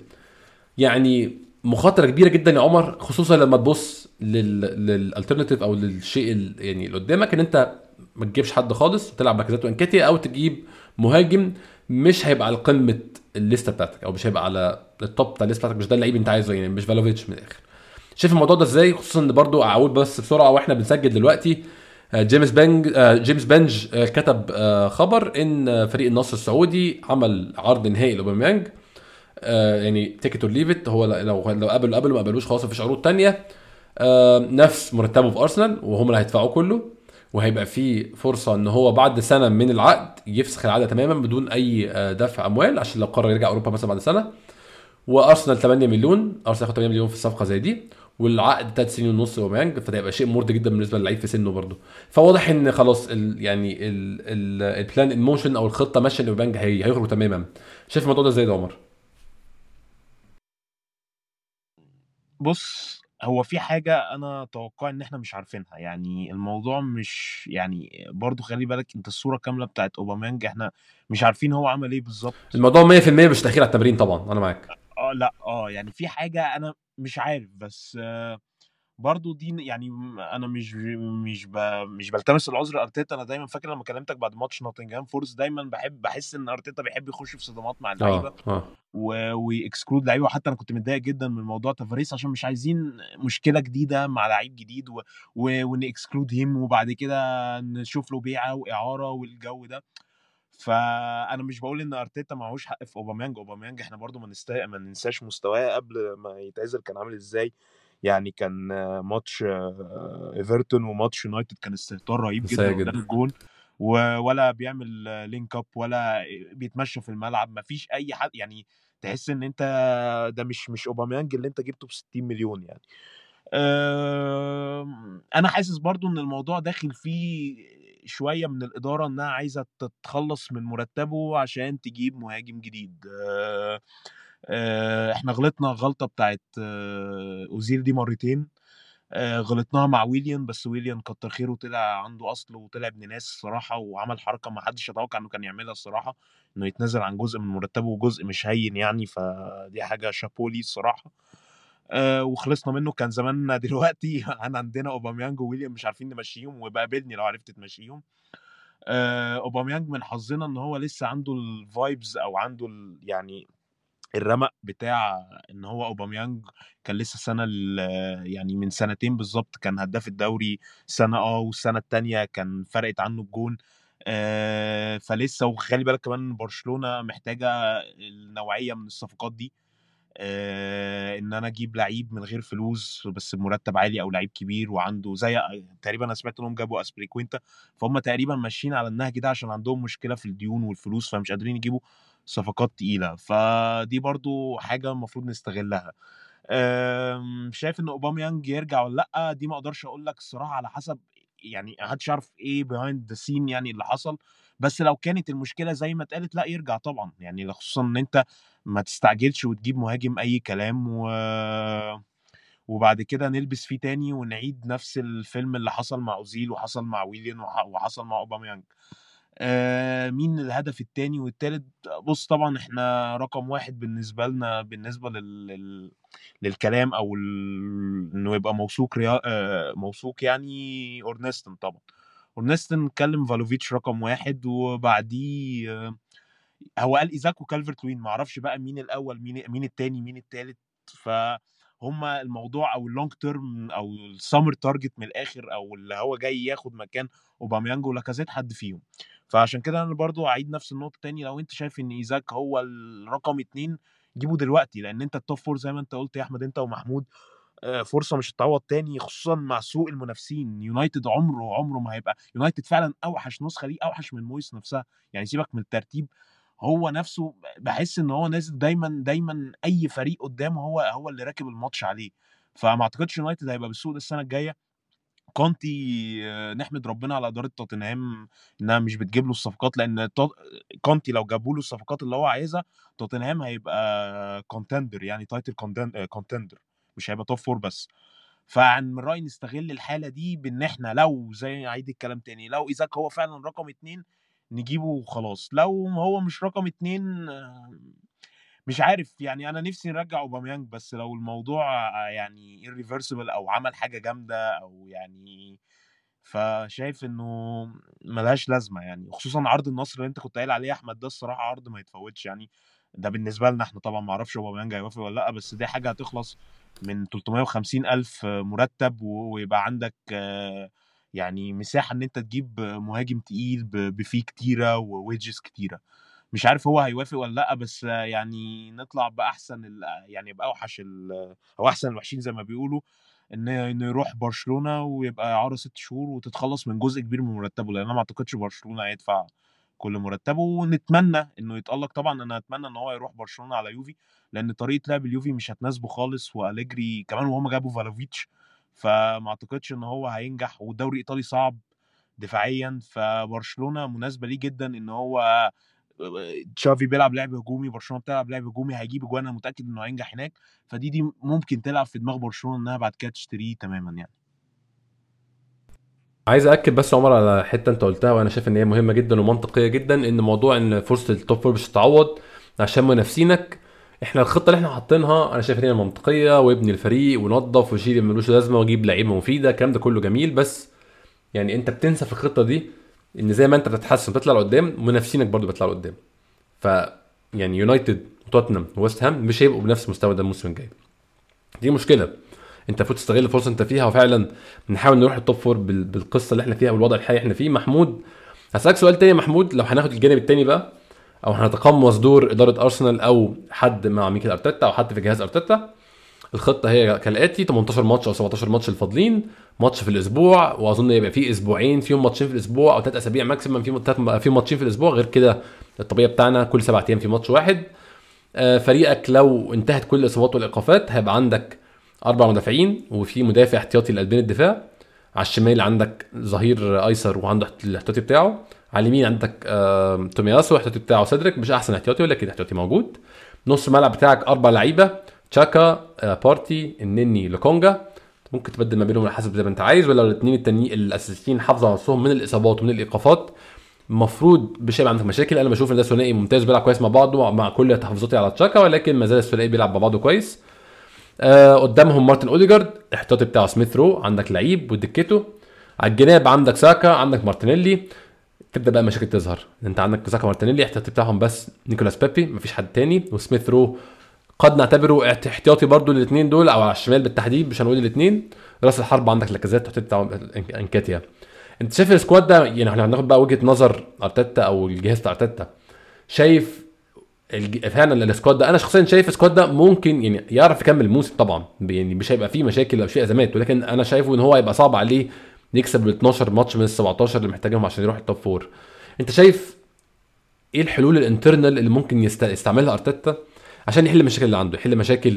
يعني مخاطره كبيره جدا يا عمر، خصوصا لما تبص لل للالترناتيف او للشيء ال- يعني اللي قدامك، ان انت ما تجيبش حد خالص وتلعب باكازيت وانكيتيا، او تجيب مهاجم مش هيبقى على قمه الليسته بتاعتك او مش هيبقى على التوب بتاع الليسته بتاعتك، مش ده اللعيب انت عايزه، يعني مش فالوفيتش من الاخر. شايف الموضوع ده ازاي؟ خصوصا ان برضو اقول بس بسرعه واحنا بنسجل دلوقتي، آه، جيمس بنج آه، جيمس بنج آه، كتب آه، خبر ان آه، فريق النصر السعودي عمل عرض نهائي لاوباميانج. آه، يعني تيكت اور ليف ات، هو لو لو قبل قبل ما قبلوش خلاص مفيش عروض تانية. آه، نفس مرتبه في ارسنال وهم اللي هيدفعوا كله، وهيبقى في فرصه ان هو بعد سنه من العقد يفسخ العقد تماما بدون اي آه، دفع اموال عشان لو قرر يرجع اوروبا مثلا بعد سنه. وارسنال ثمانية مليون، ارسنال ياخد ثمانية مليون في الصفقه زي دي، والعقد ثلاث سنين ونص اوباميانج، فده يبقى شيء مرضي جدا بالنسبه للعيب في سنه برضه. فواضح ان خلاص ال يعني البلان ان موشن او الخطه ماشيه ان اوباميانج هي هيخرج تماما. شايف الموضوع ده ازاي ده عمر؟ بص، هو في حاجة أنا أتوقع إن إحنا مش عارفينها. يعني الموضوع مش يعني برضو خلي بالك أنت الصورة كاملة بتاعت أوباميانج إحنا مش عارفين هو عمل إيه بالظبط. الموضوع مية في المية مش تاخير على التمرين طبعا، انا معاك. اه لا اه يعني في حاجة أنا مش عارف، بس آه، برضو دي يعني م- انا مش مش ب... مش بلتمس العذر ارتيتا. انا دايما فاكر لما كلمتك بعد ماتش نوتنجهام فورست، دايما بحب بحس ان ارتيتا بيحب يخش في صدامات مع اللعيبه اه اه و... ويكسكلود لعيبه. وحتى انا كنت متضايق جدا من موضوع تافاريس عشان مش عايزين مشكله جديده مع لعيب جديد و... و... ونكسكلود هيم وبعد كده نشوف له بيعه واعاره والجو ده. فانا مش بقول ان ارتيتا معهوش حق في اوباميانج. اوباميانج احنا برضو ما نستا... ما ننساش مستواه قبل ما يتعزل كان عامل ازاي. يعني كان آه، ماتش آه، ايفرتون وماتش يونايتد كان استهتار رهيب سيء جدا قدام جدا. الجون، و- ولا بيعمل آه، لينك اب ولا بيتمشى في الملعب. ما فيش اي حد يعني تحس ان انت ده مش مش اوباميانج اللي انت جبته ب ستين مليون يعني. آم، انا حاسس برضو ان الموضوع داخل فيه شويه من الاداره انها عايزه تتخلص من مرتبه عشان تجيب مهاجم جديد. آه، آه، احنا غلطنا غلطه بتاعت آه، اوزيل دي مرتين. آه، غلطناها مع ويليان، بس ويليان كتر خيره طلع عنده اصل وطلع ابن ناس الصراحه، وعمل حركه ما حدش يتوقع انه كان يعملها الصراحه، انه يتنازل عن جزء من مرتبه، وجزء مش هين يعني، فدي حاجه شابولي الصراحه. آه وخلصنا منه. كان زماننا دلوقتي عن عندنا اوباميانج وويليام مش عارفين نمشيهم، ويبقى قابلني لو عرفت تمشيهم. آه اوباميانج من حظنا ان هو لسه عنده الفايبز، او عنده ال يعني الرمق بتاع ان هو اوباميانج كان لسه السنه يعني من سنتين بالظبط كان هداف الدوري سنه اه والسنه الثانيه كان فرقت عنه الجون. آه فلسه. وخلي بالك كمان برشلونه محتاجه النوعيه من الصفقات دي، آه ان انا اجيب لعيب من غير فلوس بس بمرتب عالي، او لعيب كبير وعنده زي تقريبا انا سمعت انهم جابوا اسبريكوينتا، فهم تقريبا ماشيين على النهج ده عشان عندهم مشكله في الديون والفلوس، فمش قادرين يجيبوا صفقات تقيله. فدي برضو حاجه المفروض نستغلها. شايف ان اوباميانج يرجع ولا لا؟ دي ما اقدرش اقول لك الصراحه، على حسب يعني محدش يعرف ايه behind the scene يعني اللي حصل. بس لو كانت المشكله زي ما اتقالت لا يرجع طبعا، يعني خصوصا ان انت ما تستعجلش وتجيب مهاجم اي كلام و... وبعد كده نلبس فيه تاني ونعيد نفس الفيلم اللي حصل مع اوزيل وحصل مع ويليان وح... وحصل مع اوباميانج. آه مين الهدف التاني والتالت؟ بص طبعا احنا رقم واحد بالنسبه لنا بالنسبه لل... لل... للكلام او ال... انه يبقى موثوق ريا... آه موثوق يعني اورنستن طبعا. اورنستن كلم فالوفيتش رقم واحد، وبعديه آه هو قال ايزاك وكالفرت لوين، معرفش بقى مين الاول مين مين التاني مين التالت. فهم الموضوع او اللونج تيرم او السمر تارجت من الاخر، او اللي هو جاي ياخد مكان اوباميانج ولاكازيت حد فيهم. فعشان كده انا برضو اعيد نفس النقطه تاني، لو انت شايف ان ايزاك هو الرقم اتنين جيبه دلوقتي، لان انت التوب فور زي ما انت قلت يا احمد انت ومحمود فرصه مش هتعوض تاني، خصوصا مع سوء المنافسين. يونايتد عمره عمره ما هيبقى يونايتد فعلا اوحش نسخه ليه، اوحش من مويس نفسها يعني، سيبك من الترتيب، هو نفسه بحس ان هو نازل دايما دايما اي فريق قدامه هو هو اللي راكب الماتش عليه. فما اعتقدش يونايتد هيبقى بالسوق ده السنه الجايه. كونتي نحمد ربنا على اداره توتنهام انها مش بتجيب له الصفقات، لان كونتي لو جابوا له الصفقات اللي هو عايزها توتنهام هيبقى كونتندر يعني تايتل كونتندر، مش هيبقى توب فور بس. فعن من رايي نستغل الحاله دي بان احنا لو زي عيد الكلام تاني، لو ايزاك هو فعلا رقم اتنين نجيبه وخلاص، لو هو مش رقم اتنين مش عارف يعني. انا نفسي نرجع اوباميانج، بس لو الموضوع يعني irreversible او عمل حاجه جامده او يعني، فشايف انه ملهاش لازمه يعني. خصوصا عرض النصر اللي انت كنت قايل عليه يا احمد ده الصراحه عرض ما يتفوتش يعني. ده بالنسبه لنا احنا طبعا ما اعرفش اوباميانج هيوافق ولا لا، بس دي حاجه هتخلص من ثلاثمية وخمسين الف مرتب، ويبقى عندك يعني مساحه ان انت تجيب مهاجم تقيل بفيه كتيره وويدجز كتيره. مش عارف هو هيوافق ولا لا، بس يعني نطلع باحسن يعني يبقى اوحش او احسن الوحشين زي ما بيقولوا، ان انه يروح برشلونه ويبقى اعاره ست شهور وتتخلص من جزء كبير من مرتبه، لان انا ما اعتقدش برشلونه هيدفع كل مرتبه. ونتمنى انه يتالق طبعا، انا اتمنى ان هو يروح برشلونه على يوفي، لان طريقه لعب اليوفي مش هتناسبه خالص، واليجري كمان وهم جابوا فالوفيتش، فما اعتقدش ان هو هينجح، والدوري الايطالي صعب دفاعيا، فبرشلونه مناسبه ليه جدا ان هو تشافي بيلعب لعب هجومي، برشلونه بتلعب لعب هجومي، هيجيب اجوان، انا متاكد انه هينجح هناك. فدي دي ممكن تلعب في دماغ برشلونه انها بعد كده تشتريه تماما يعني. عايز اكد بس عمر على حته انت قلتها وانا شايف ان هي مهمه جدا ومنطقيه جدا، ان موضوع ان فرصه التوب فور مش هتتعوض عشان منافسينك. احنا الخطه اللي احنا حاطينها انا شايف ان هي منطقيه، وابني الفريق ونظف وشيل اللي ملوش لازمه وجيب لعيبه مفيده، الكلام ده كله جميل، بس يعني انت بتنسى في الخطه دي ان زي ما انت بتتحسن بتطلع لقدام، منافسينك برضو بيطلعوا لقدام. ف يعني يونايتد وتوتنهام وويست هام مش هيبقوا بنفس المستوى ده الموسم الجاي، دي مشكله. انت المفروض تستغل الفرصه انت فيها، وفعلا نحاول نروح التوب فور بالقصه اللي احنا فيها والوضع الحالي احنا فيه. محمود هسألك سؤال تاني محمود، لو هناخد الجانب التاني بقى، او هنتقمص دور اداره ارسنال او حد مع ميكيل ارتيتا او حد في جهاز ارتيتا، الخطه هي كالاتي: تمنتاشر ماتش او سبعتاشر ماتش الفاضلين، ماتش في الاسبوع، واظن يبقى فيه اسبوعين فيهم ماتشين في الاسبوع، او ثلاث اسابيع ماكسيمم فيهم في ماتشين في الاسبوع، غير كده الطبيعي بتاعنا كل سبعة ايام في ماتش واحد. فريقك لو انتهت كل الاصابات والايقافات هيبقى عندك اربع مدافعين، وفي مدافع احتياطي لقلبين الدفاع، على الشمال عندك ظهير ايسر وعنده الاحتياطي بتاعه، على اليمين عندك آه تومياسو الاحتياطي بتاعه سيدريك، مش احسن احتياطي ولكن احتياطي موجود. نص الملعب بتاعك اربع لعيبه، تشاكا آه بارتي النني لوكونجا، ممكن تبدل ما بينهم على حسب زي ما انت عايز، ولا الاثنين التانيين الاساسيين حافظوا على نفسهم من الاصابات ومن الايقافات المفروض مش هيبقى عندك مشاكل. انا بشوف ان ده ثنائي ممتاز بيلعب كويس مع بعضه مع كل تحفظاتي على تشاكا، ولكن ما زال الثنائي بيلعب مع بعضه كويس. آه قدامهم مارتن اوديجارد احتياطي بتاعه سميث رو، عندك لعيب ودكته. على الجناب عندك ساكا، عندك مارتينيلي. تبدا بقى مشاكل تظهر، انت عندك ساكا مارتينيلي احتياطي بتاعهم بس نيكولاس بيبي، مفيش حد تاني. وسميث رو قد نعتبره احتياطي برضو الاثنين دول، او على الشمال بالتحديد مش هنقول الاثنين. راس الحرب عندك لاكازيت احتياطي بتاع انكاتيا. انت شايف السكواد ده؟ يعني احنا هناخد بقى وجهه نظر ارتيتا او الجهاز بتاع ارتيتا. شايف الج... فعلا السكواد ده، انا شخصيا شايف السكواد ده ممكن يعني يعرف يكمل الموسم طبعا، يعني مش هيبقى فيه مشاكل او شيء ازمات، ولكن انا شايفه ان هو هيبقى صعب عليه يكسب ال اتناشر ماتش من ال سبعتاشر اللي محتاجهم عشان يروح التوب فور. انت شايف ايه الحلول الانترنال اللي ممكن يست... يستعملها ارتيتا عشان يحل المشاكل اللي عنده، يحل مشاكل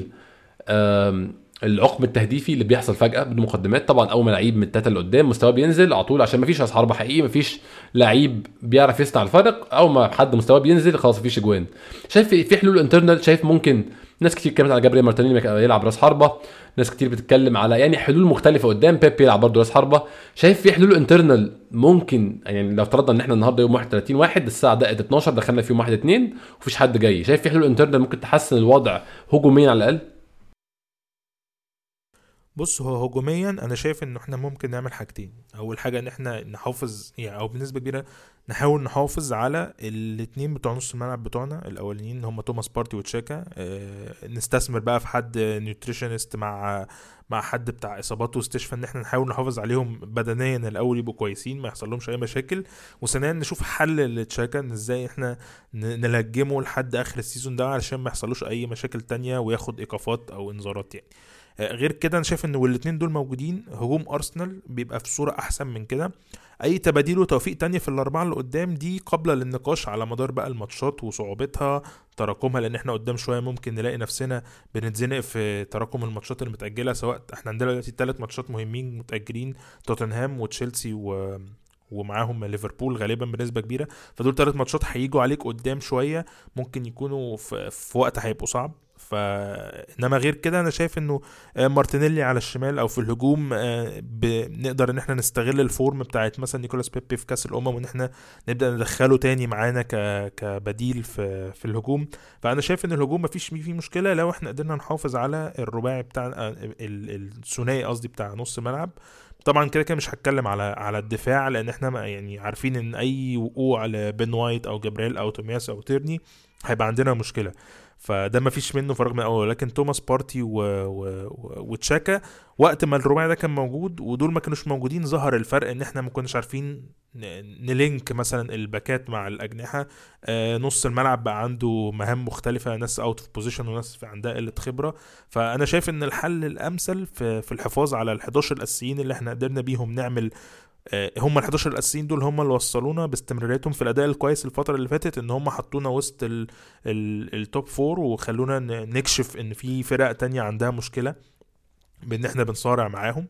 العقم التهديفي اللي بيحصل فجأة بدون مقدمات؟ طبعا اول ما لعيب من التلاته اللي قدام مستواه بينزل على طول، عشان مفيش راس حربة حقيقي، مفيش لعيب بيعرف يصنع الفرق، اول ما حد مستواه بينزل خلاص مفيش اجوان. شايف في حلول انترنال؟ شايف ممكن ناس كتير كلمت على جابرييل مارتينيلي يلعب راس حربة، ناس كتير بتتكلم على يعني حلول مختلفه قدام، بيب يلعب برضه راس حربة. شايف في حلول انترنال ممكن يعني لو افترضنا ان احنا النهارده يوم واحد وتلاتين واحد الساعه دقت اتناشر دخلنا في يوم واحد اتنين ومفيش حد جاي، شايف في حلول انترنال ممكن تحسن الوضع هجوميا على الاقل؟ بص، هو هجوميا انا شايف ان احنا ممكن نعمل حاجتين. اول حاجه ان احنا نحافظ يعني او بنسبه كبيره نحاول نحافظ على الاثنين بتوع نص الملعب بتوعنا الاولانيين هم توماس بارتي وتشاكا. اه نستثمر بقى في حد نيوتريشنست مع مع حد بتاع اصابات واستشفاء، ان احنا نحاول نحافظ عليهم بدنيا الاول يبقوا كويسين ما يحصل لهمش اي مشاكل، وثانيا نشوف حل لتشاكا ان ازاي احنا نلجمه لحد اخر السيزون ده علشان ما يحصلوش اي مشاكل تانية وياخد ايقافات او انذارات يعني. غير كده انا شايف ان والاثنين دول موجودين هجوم ارسنال بيبقى في صوره احسن من كده. اي تباديل وتوفيق تانية في الاربعه اللي قدام دي قبل للنقاش على مدار بقى الماتشات وصعوبتها تراكمها، لان احنا قدام شويه ممكن نلاقي نفسنا بنتزنق في تراكم الماتشات المتاجله، سواء احنا عندنا دلوقتي ثلاث ماتشات مهمين متاجلين، توتنهام وتشيلسي و ومعاهم ليفربول غالبا بنسبه كبيره، فدول ثلاث ماتشات هيجوا عليك قدام شويه ممكن يكونوا في, في وقت هيبقوا صعب. فانما غير كده انا شايف انه مارتينيلي على الشمال او في الهجوم بنقدر ان احنا نستغل الفورم بتاعت مثلا نيكولاس بيبي في كاس الامم وان احنا نبدا ندخله تاني معانا كبديل في في الهجوم. فانا شايف ان الهجوم مفيش فيه مشكله لو احنا قدرنا نحافظ على الرباعي بتاع الثنائي قصدي بتاع نص ملعب. طبعا كده كده مش هتكلم على على الدفاع لان احنا يعني عارفين ان اي وقوع على بن وايت او جابرييل او تومياس او تيرني هيبقى عندنا مشكله، فده ما فيش منه فرق من الاول. لكن توماس بارتي و... و... وتشاكا وقت ما الرباعي ده كان موجود ودول ما كانوش موجودين ظهر الفرق ان احنا ما كناش عارفين نلينك مثلا الباكات مع الاجنحه. آه نص الملعب بقى عنده مهام مختلفه، ناس اوت اوف بوزيشن وناس عندها قله خبره. فانا شايف ان الحل الامثل في, في الحفاظ على الحداشر الاساسيين اللي احنا قدرنا بيهم نعمل هم الحداشر الاساسيين دول هم اللي وصلونا باستمراريتهم في الاداء الكويس الفتره اللي فاتت، ان هم حطونا وسط ال ال التوب فور وخلونا نكشف ان في فرق تانية عندها مشكله بان احنا بنصارع معاهم.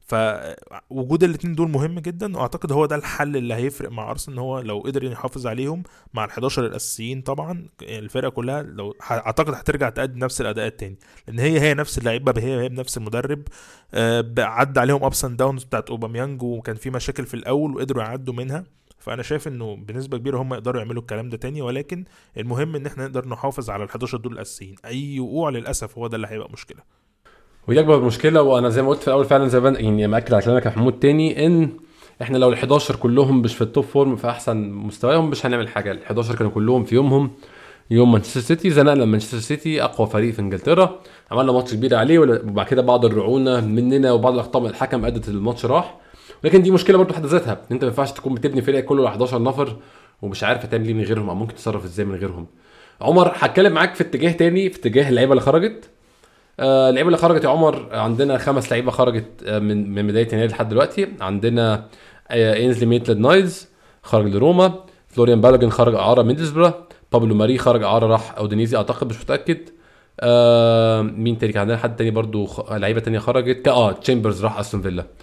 فوجود الاثنين دول مهم جدا، واعتقد هو ده الحل اللي هيفرق مع ارسنال، ان هو لو قدر يحافظ عليهم مع الحداشر الاساسيين طبعا الفرقه كلها لو اعتقد هترجع تقدم نفس الاداءات تاني، لان هي هي نفس اللعيبه هي هي بنفس المدرب. آه عدى عليهم ابس اند داونز بتاعت اوباميانج وكان في مشاكل في الاول وقدروا يعدوا منها، فانا شايف انه بنسبه كبيره هم يقدروا يعملوا الكلام ده تاني، ولكن المهم ان احنا نقدر نحافظ على الحداشر دول الاساسيين. اي وقوع للاسف هو ده اللي هيبقى مشكله، ودي اكبر مشكله. وانا زي ما قلت في الاول فعلا زي ما يعني مأكد على كلامك يا محمود تاني ان احنا لو الحداشر كلهم مش في التوب فورم في احسن مستواهم مش هنعمل حاجه. الحداشر كانوا كلهم في يومهم يوم مانشستر سيتي، زنقنا مانشستر سيتي اقوى فريق في انجلترا، عملنا ماتش كبير عليه، وبعد كده بعض الرعونه مننا وبعض الاخطاء من الحكم ادت الماتش راح. لكن دي مشكله برضو حد ذاتها، انت ما ينفعش تكون بتبني فريق كله حداشر نفر ومش عارف تعمل ايه من غيرهم او ممكن تتصرف ازاي من غيرهم. عمر هتكلم معاك في اتجاه تاني، في اتجاه اللعيبه اللي خرجت. آه اللعيبه اللي خرجت يا عمر عندنا خمس لعيبه خرجت آه من من بدايه يناير لحد دلوقتي. عندنا آه اينزلي ميتلد نايلز خرج لروما، فلوريان بالاجن خرج اعاره ميدلسبرا، بابلو ماري خرج اعاره راح اودينيزي اعتقد مش متاكد. آه مين تاني؟ عندنا حد تاني برضو خ... لعيبه تانية خرجت اه تشامبرز راح استون فيلا.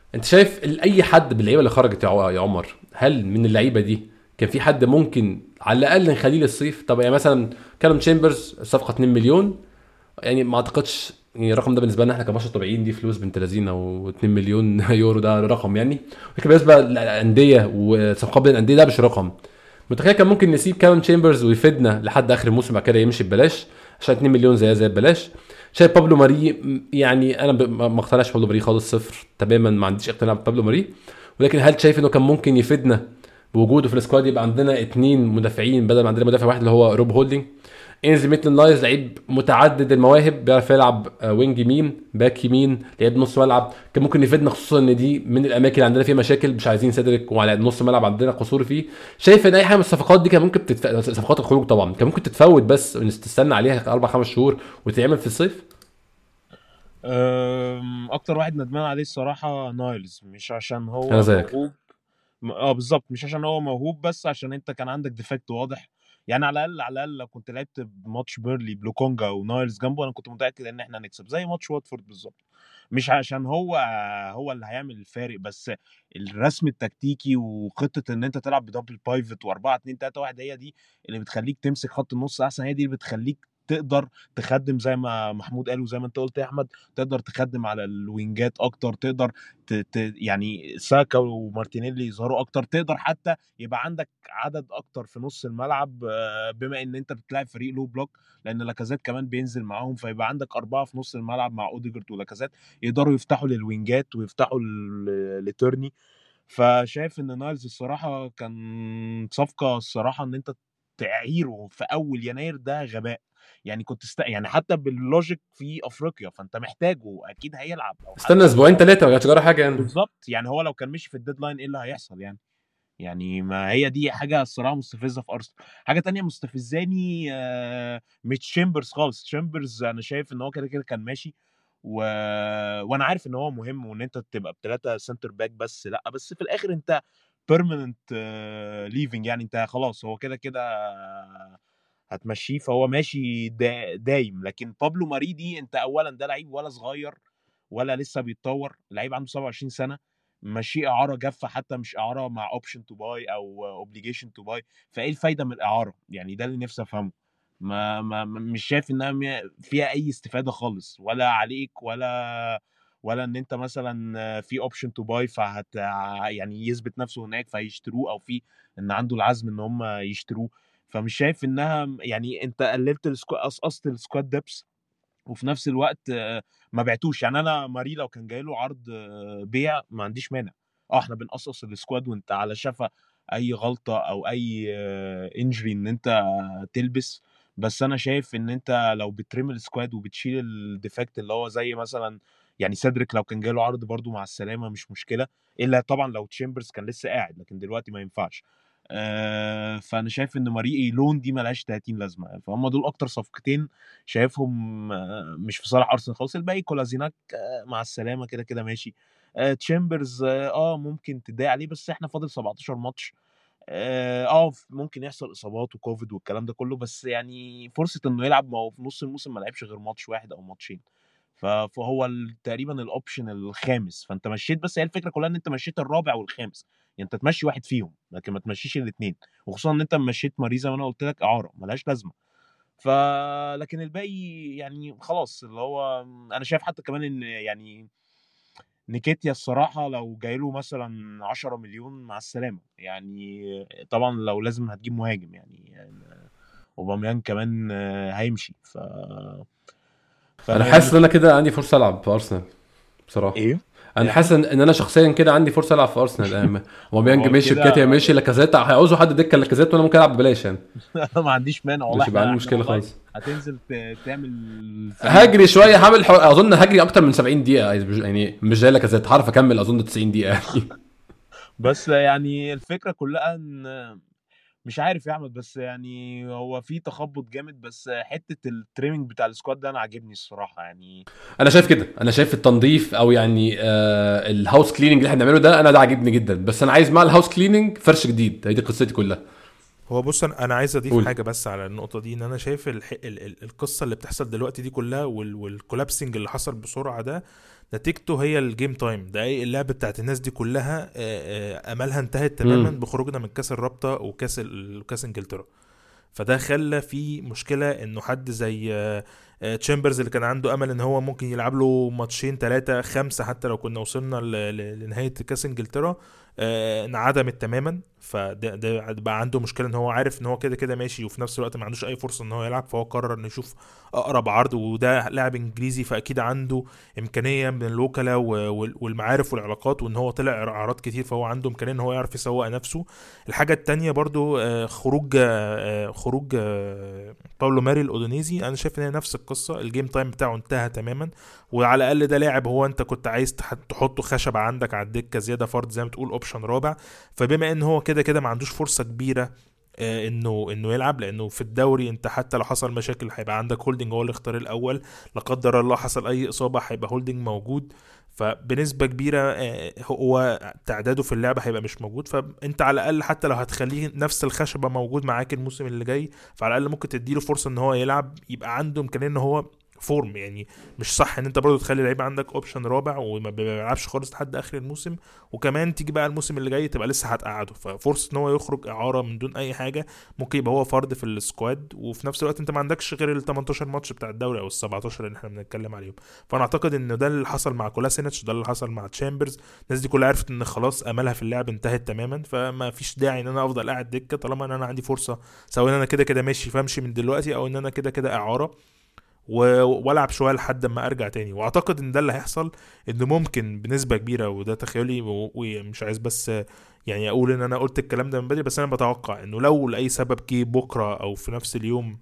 انت شايف ال- اي حد باللعيبه اللي خرجت يا ع- يا عمر، هل من اللعيبه دي كان في حد ممكن على الاقل نخليه للصيف؟ طب يعني مثلا كالوم تشامبرز صفقه اتنين مليون، يعني ما اعتقدش يعني الرقم ده بالنسبه لنا احنا كبشر طبيعيين دي فلوس بنت لذينه، و2 مليون يورو ده رقم يعني. لكن بالنسبه للانديه وصفقات بين الانديه ده مش رقم. متخيل كان ممكن نسيب كالوم تشامبرز ويفيدنا لحد اخر الموسم بعد كده يمشي ببلاش عشان اتنين مليون زي زي ببلاش. شايف بابلو ماري م- يعني انا ب- ما ما اقتنعش بابلو ماري خالص، صفر تماما، ما عنديش اقتناع ببابلو ماري. ولكن هل شايف انه كان ممكن يفيدنا بوجوده في السكواد، يبقى عندنا اتنين مدافعين بدل ما عندنا مدافع واحد اللي هو روب هولدنج؟ انزل ميتل نايز لعيب متعدد المواهب، بيعرف يلعب آه، وينج يمين، باك يمين، لعيب نص ملعب، كان ممكن يفيدنا، خصوصا ان دي من الاماكن اللي عندنا فيها مشاكل، مش عايزين سيدريك وعلى نص ملعب عندنا قصور فيه. شايف ان اي حاجه من الصفقات دي كان ممكن تتف... صفقات الخروج طبعا كان ممكن تتفوت بس ونستنى عليها اربع خمس شهور وتتعمل في الصيف. أم، اكتر واحد ندمان عليه الصراحه نايلز، مش عشان انا هو زيك. موهوب. م- اه بالظبط، مش عشان هو موهوب، بس عشان انت كان عندك ديفكت واضح. يعني على الاقل على الاقل لو كنت لعبت بماتش بيرلي بلوكونجا ونايلز جنبه، انا كنت متاكد ان احنا هنكسب زي ماتش واتفورد بالظبط. مش عشان هو هو اللي هيعمل الفارق، بس الرسم التكتيكي وخطه ان انت تلعب بدبل بايفت و4 2 3 واحد، هي دي اللي بتخليك تمسك خط النص احسن، هي دي اللي بتخليك تقدر تخدم زي ما محمود قال وزي ما انت قلت يا احمد، تقدر تخدم على الوينجات اكتر، تقدر ت... ت... يعني ساكا ومارتينيلي يظهروا اكتر، تقدر حتى يبقى عندك عدد اكتر في نص الملعب، آه، بما ان انت بتلعب فريق لو بلوك، لان لاكازيت كمان بينزل معاهم، فيبقى عندك اربعه في نص الملعب مع اوديجارد ولاكازيت يقدروا يفتحوا للوينجات ويفتحوا ل- لتورني. فشايف ان نايلز الصراحه كان صفقه الصراحه، ان انت تعيره في اول يناير ده غباء. يعني كنت است... يعني حتى باللوجيك في افريقيا فانت محتاجه، اكيد هيلعب او استنى حتى اسبوعين ثلاثه ما جاتش جرى حاجه يعني. بالظبط. يعني هو لو كان مشي في الديدلاين ايه اللي هيحصل يعني؟ يعني ما هي دي حاجه الصراحه مستفزه في ارسنال. حاجه تانية مستفزاني آه، مش تشامبرز خالص. تشامبرز انا شايف ان هو كده كده كان ماشي، و... وانا عارف ان هو مهم وان انت تبقى بثلاثه سنتر باك، بس لا، بس في الاخر انت بيرمننت ليفنج، يعني انت خلاص هو كده كده هتمشيه، فهو ماشي دا دايم. لكن بابلو ماريدي انت اولا ده لعيب ولا صغير ولا لسه بيتطور، لعيب عنده سبعة وعشرين سنه، ماشي اعاره جافه، حتى مش اعاره مع اوبشن تو باي او اوبليجيشن تو باي، فايه الفايده من الاعاره؟ يعني ده اللي نفسي افهمه. ما, ما ما- مش شايف انها م- فيها اي استفاده خالص، ولا عليك ولا ولا ان انت مثلا في اوبشن تو باي فهت يعني يثبت نفسه هناك فيشتروه، او في ان عنده العزم ان هم يشتروه. فمش شايف انها يعني انت قللت السكواد، قصقصت السكواد ديبس، وفي نفس الوقت آه، ما بعتوش. يعني انا ماري لو كان جاي له عرض آه، بيع ما عنديش مانع. اه احنا بنقصقص السكواد وانت على شفا اي غلطه او اي انجري ان انت تلبس. بس انا شايف ان انت لو بترمي السكواد وبتشيل الديفكت اللي هو زي مثلا يعني سيدريك لو كان جاله عرض برضو مع السلامه مش مشكله، الا طبعا لو تشامبرز كان لسه قاعد، لكن دلوقتي ما ينفعش. آه، فانا شايف ان ماري لون دي ملهاش تلاتين لازمه. فهم دول اكتر صفقتين شايفهم آه، مش في صالح ارسنال خالص. الباقي كولازيناك آه، مع السلامه كده كده ماشي. آه، تشامبرز اه آه، ممكن تضايق عليه، بس احنا فاضل سبعتاشر ماتش. اه آه، ممكن يحصل اصابات وكوفيد والكلام ده كله، بس يعني فرصه انه يلعب، ما هو في نص الموسم ما لعبش غير ماتش واحد او ماتشين. ف- فهو ال- تقريبا الاوبشن الخامس، فانت مشيت، بس هي الفكره كلها ان انت مشيت الرابع والخامس. يعني انت تمشي واحد فيهم لكن ما تمشيش الاثنين، وخصوصا ان انت مشيت ماريزا وانا قلت لك اعاره ملهاش لازمه. ف لكن الباقي يعني خلاص، اللي هو انا شايف حتى كمان ان يعني نيكيتيا الصراحه لو جاي له مثلا عشرة مليون مع السلامه. يعني طبعا لو لازم هتجيب مهاجم يعني, يعني اوباميان كمان آه، هيمشي. ف انا فانا حاسس يعني ان انا كده عندي فرصه العب في ارسنال بصراحه. ايه انا يا حاسس احمد. ان إن انا شخصيا كده عندي فرصه العب في ارسنال اهم. وبيانج هو ماشي، كده بكاتيا ماشي، لاكازيت هيعوزوا حد دكه لاكازيت وانا ممكن العب ببلاش يعني. انا ما عنديش مانع والله. مش هيبقى احنا عندي احنا مشكله والله خالص. هتنزل ت- تعمل فريق هجري شويه، هعمل حو... اظن هجري اكتر من سبعين دقيقه يعني، مش زي لاكازيت هعرف اكمل اظن تسعين دقيقه يعني. بس يعني الفكره كلها ان مش عارف يا احمد، بس يعني هو في تخبط جامد، بس حته التريمنج بتاع السكواد ده انا عاجبني الصراحه يعني. انا شايف كده، انا شايف التنظيف او يعني آه الهاوس كليننج اللي احنا بنعمله ده، انا ده عاجبني جدا، بس انا عايز مع الهاوس كليننج فرش جديد. هي دي قصتي كلها. هو بص انا أنا عايز اضيف قول. حاجه بس على النقطه دي، ان انا شايف الح... ال... ال... القصه اللي بتحصل دلوقتي دي كلها وال... والكولابسنج اللي حصل بسرعه ده نتيجته هي الجيم تايم. دقايق اللعب بتاعت الناس دي كلها آه، آه، املها انتهت تماما مم. بخروجنا من كاس الرابطه وكاس ال... كاس انجلترا. فده خلى في مشكله انه حد زي آه، آه، تشامبرز اللي كان عنده امل ان هو ممكن يلعب له ماتشين ثلاثه خمسه حتى لو كنا وصلنا ل- ل- لنهايه كاس انجلترا، آه، انعدمت تماما. فده ده بقى عنده مشكله ان هو عارف ان هو كده كده ماشي، وفي نفس الوقت ما عندوش اي فرصه ان هو يلعب. فهو قرر انه يشوف اقرب عرض، وده لاعب انجليزي فاكيد عنده امكانيه من الوكلاء و- وال- والمعارف والعلاقات، وان هو طلع اعراض كتير فهو عنده امكانيه ان هو يعرف يسوق نفسه. الحاجه التانية برضو آه، خروج آه، خروج آه، باولو ماري الاودونيزي، انا شايف ان هي نفس القصه. الجيم تايم بتاعه انتهى تماما، وعلى الاقل ده لاعب هو انت كنت عايز تح- تحطه خشبه عندك على الدكه زياده فرد زي ما تقول اوبشن رابع. فبما ان هو كده كده ما عندوش فرصه كبيره آه، انه انه يلعب، لانه في الدوري انت حتى لو حصل مشاكل هيبقى عندك هولدنج هو الاختيار الاول، لا قدر الله حصل اي اصابه هيبقى هولدنج موجود. فبنسبه كبيره آه، هو تعداده في اللعبه هيبقى مش موجود. فانت على الاقل حتى لو هتخليه نفس الخشبه موجود معاك الموسم اللي جاي، فعلى الاقل ممكن تديله فرصه ان هو يلعب، يبقى عنده امكانيه ان هو فورم. يعني مش صح ان انت برضو تخلي لعيب عندك اوبشن رابع وما بيلعبش خالص لحد اخر الموسم، وكمان تيجي بقى الموسم اللي جاي تبقى لسه هتقعده. ففرصه ان هو يخرج اعاره من دون اي حاجه ممكن يبقى هو فرد في السكواد، وفي نفس الوقت انت ما عندكش غير ال تمنتاشر ماتش بتاع الدوري او ال سبعتاشر اللي احنا بنتكلم عليهم. فانا اعتقد ان ده اللي حصل مع كولاسينيتش، ده اللي حصل مع تشامبرز. الناس دي كلها عرفت ان خلاص املها في اللعب انتهت تماما، فما فيش داعي ان انا افضل قاعد دكه طالما ان انا عندي فرصه، سواء ان انا كده كده ماشي فامشي من دلوقتي او ان انا كده كده اعاره و- والعب شويه لحد ما ارجع تاني. واعتقد ان ده اللي هيحصل، ان ممكن بنسبه كبيره، وده تخيلي و- ومش عايز بس يعني اقول ان انا قلت الكلام ده من بدري، بس انا بتوقع انه لو لاي سبب جه بكره او في نفس اليوم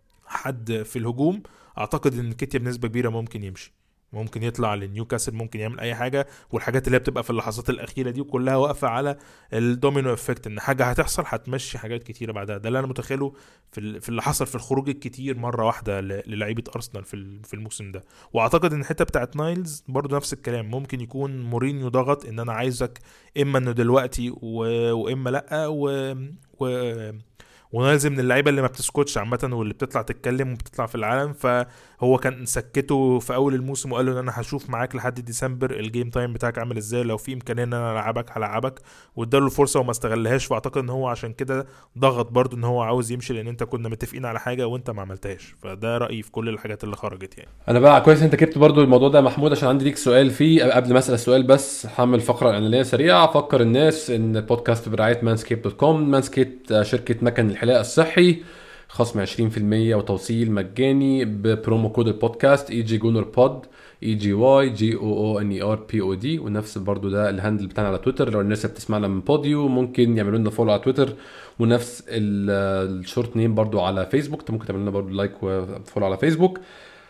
حد في الهجوم، اعتقد ان كيتيا بنسبه كبيره ممكن يمشي، ممكن يطلع لنيوكاسل، ممكن يعمل اي حاجه. والحاجات اللي هي بتبقى في اللحظات الاخيره دي كلها واقفه على الدومينو افكت، ان حاجه هتحصل هتمشي حاجات كتيره بعدها. ده اللي انا متخيله في ال- في اللي حصل في الخروج الكتير مره واحده ل- للعيبه ارسنال في ال- في الموسم ده. واعتقد ان الحته بتاعت نايلز برضو نفس الكلام، ممكن يكون مورينيو ضغط ان انا عايزك اما انه دلوقتي و... واما لا و... و... ونايلز من اللعيبه اللي ما بتسكتش عامه واللي بتطلع تتكلم وبتطلع في العالم. فهو كان سكته في اول الموسم وقال له ان انا هشوف معاك لحد ديسمبر الجيم تايم بتاعك عامل ازاي، لو في امكانيه ان انا العبك هلعبك، واداله الفرصه وما استغلهاش. فاعتقد ان هو عشان كده ضغط برضو ان هو عاوز يمشي، لان انت كنا متفقين على حاجه وانت ما عملتهاش. فده رايي في كل الحاجات اللي خرجت يعني. انا بقى كويس انت جبت برضو الموضوع ده يا محمود، عشان عندي ليك سؤال فيه. قبل ما اسال السؤال بس هعمل فقره اعلانيه سريعه. افكر الناس ان البودكاست برعايه مانسكيب دوت كوم. مانسكيب شركه مكن الحلاقه الصحي، خصم عشرين في المية وتوصيل مجاني ببرومو كود البودكاست اي جي جونر بود، اي جي واي جي او او ان اي ار بي او دي. ونفس برضو ده الهاندل بتاعنا على تويتر، لو الناس اللي بتسمعنا من بوديو ممكن يعملوا لنا فولو على تويتر، ونفس ال- الشورت نيم برضو على فيسبوك. انت ممكن تعمل لنا برضو لايك وفولو على فيسبوك.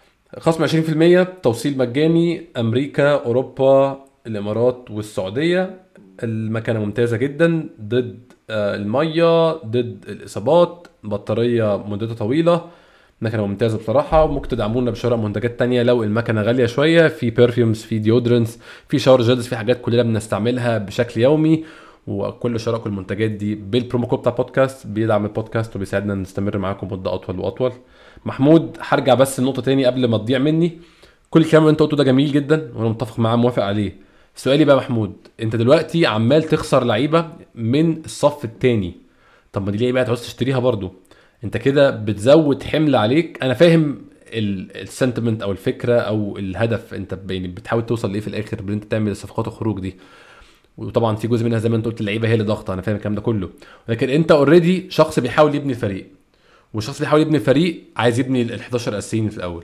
خصم عشرين في المية، توصيل مجاني، امريكا، اوروبا، الامارات والسعوديه. المكنه ممتازه جدا، ضد آه، الميه، ضد الاصابات، بطاريه مدتها طويله. مكنه ممتازه بصراحه. وممكن تدعمونا بشراء منتجات تانية لو المكنه غاليه شويه، في برفيومز، في ديودرنس، في شاور جيلز، في حاجات كلنا بنستعملها بشكل يومي. وكل شراء كل المنتجات دي بالبرومو كود بتاع بودكاست بيدعم البودكاست وبيساعدنا نستمر معاكم مده اطول واطول. محمود، هرجع بس النقطه تاني قبل ما تضيع مني. كل الكلام اللي انت قلته ده جميل جدا وانا متفق معاه، موافق عليه. سؤالي بقى محمود، انت دلوقتي عمال تخسر لعيبه من الصف التاني، طب ما دي لعيبه هتعوز تشتريها برضو، انت كده بتزود حمل عليك. انا فاهم السنتمنت او الفكره او الهدف، انت ب- يعني بتحاول توصل لايه في الاخر بان انت تعمل الصفقات الخروج دي، وطبعا في جزء منها زي ما انت قلت اللعيبه هي اللي ضاغطه، انا فاهم الكلام ده كله. لكن انت اوريدي شخص بيحاول يبني الفريق، والشخص بيحاول يبني الفريق عايز يبني ال حداشر اساسيين في الاول.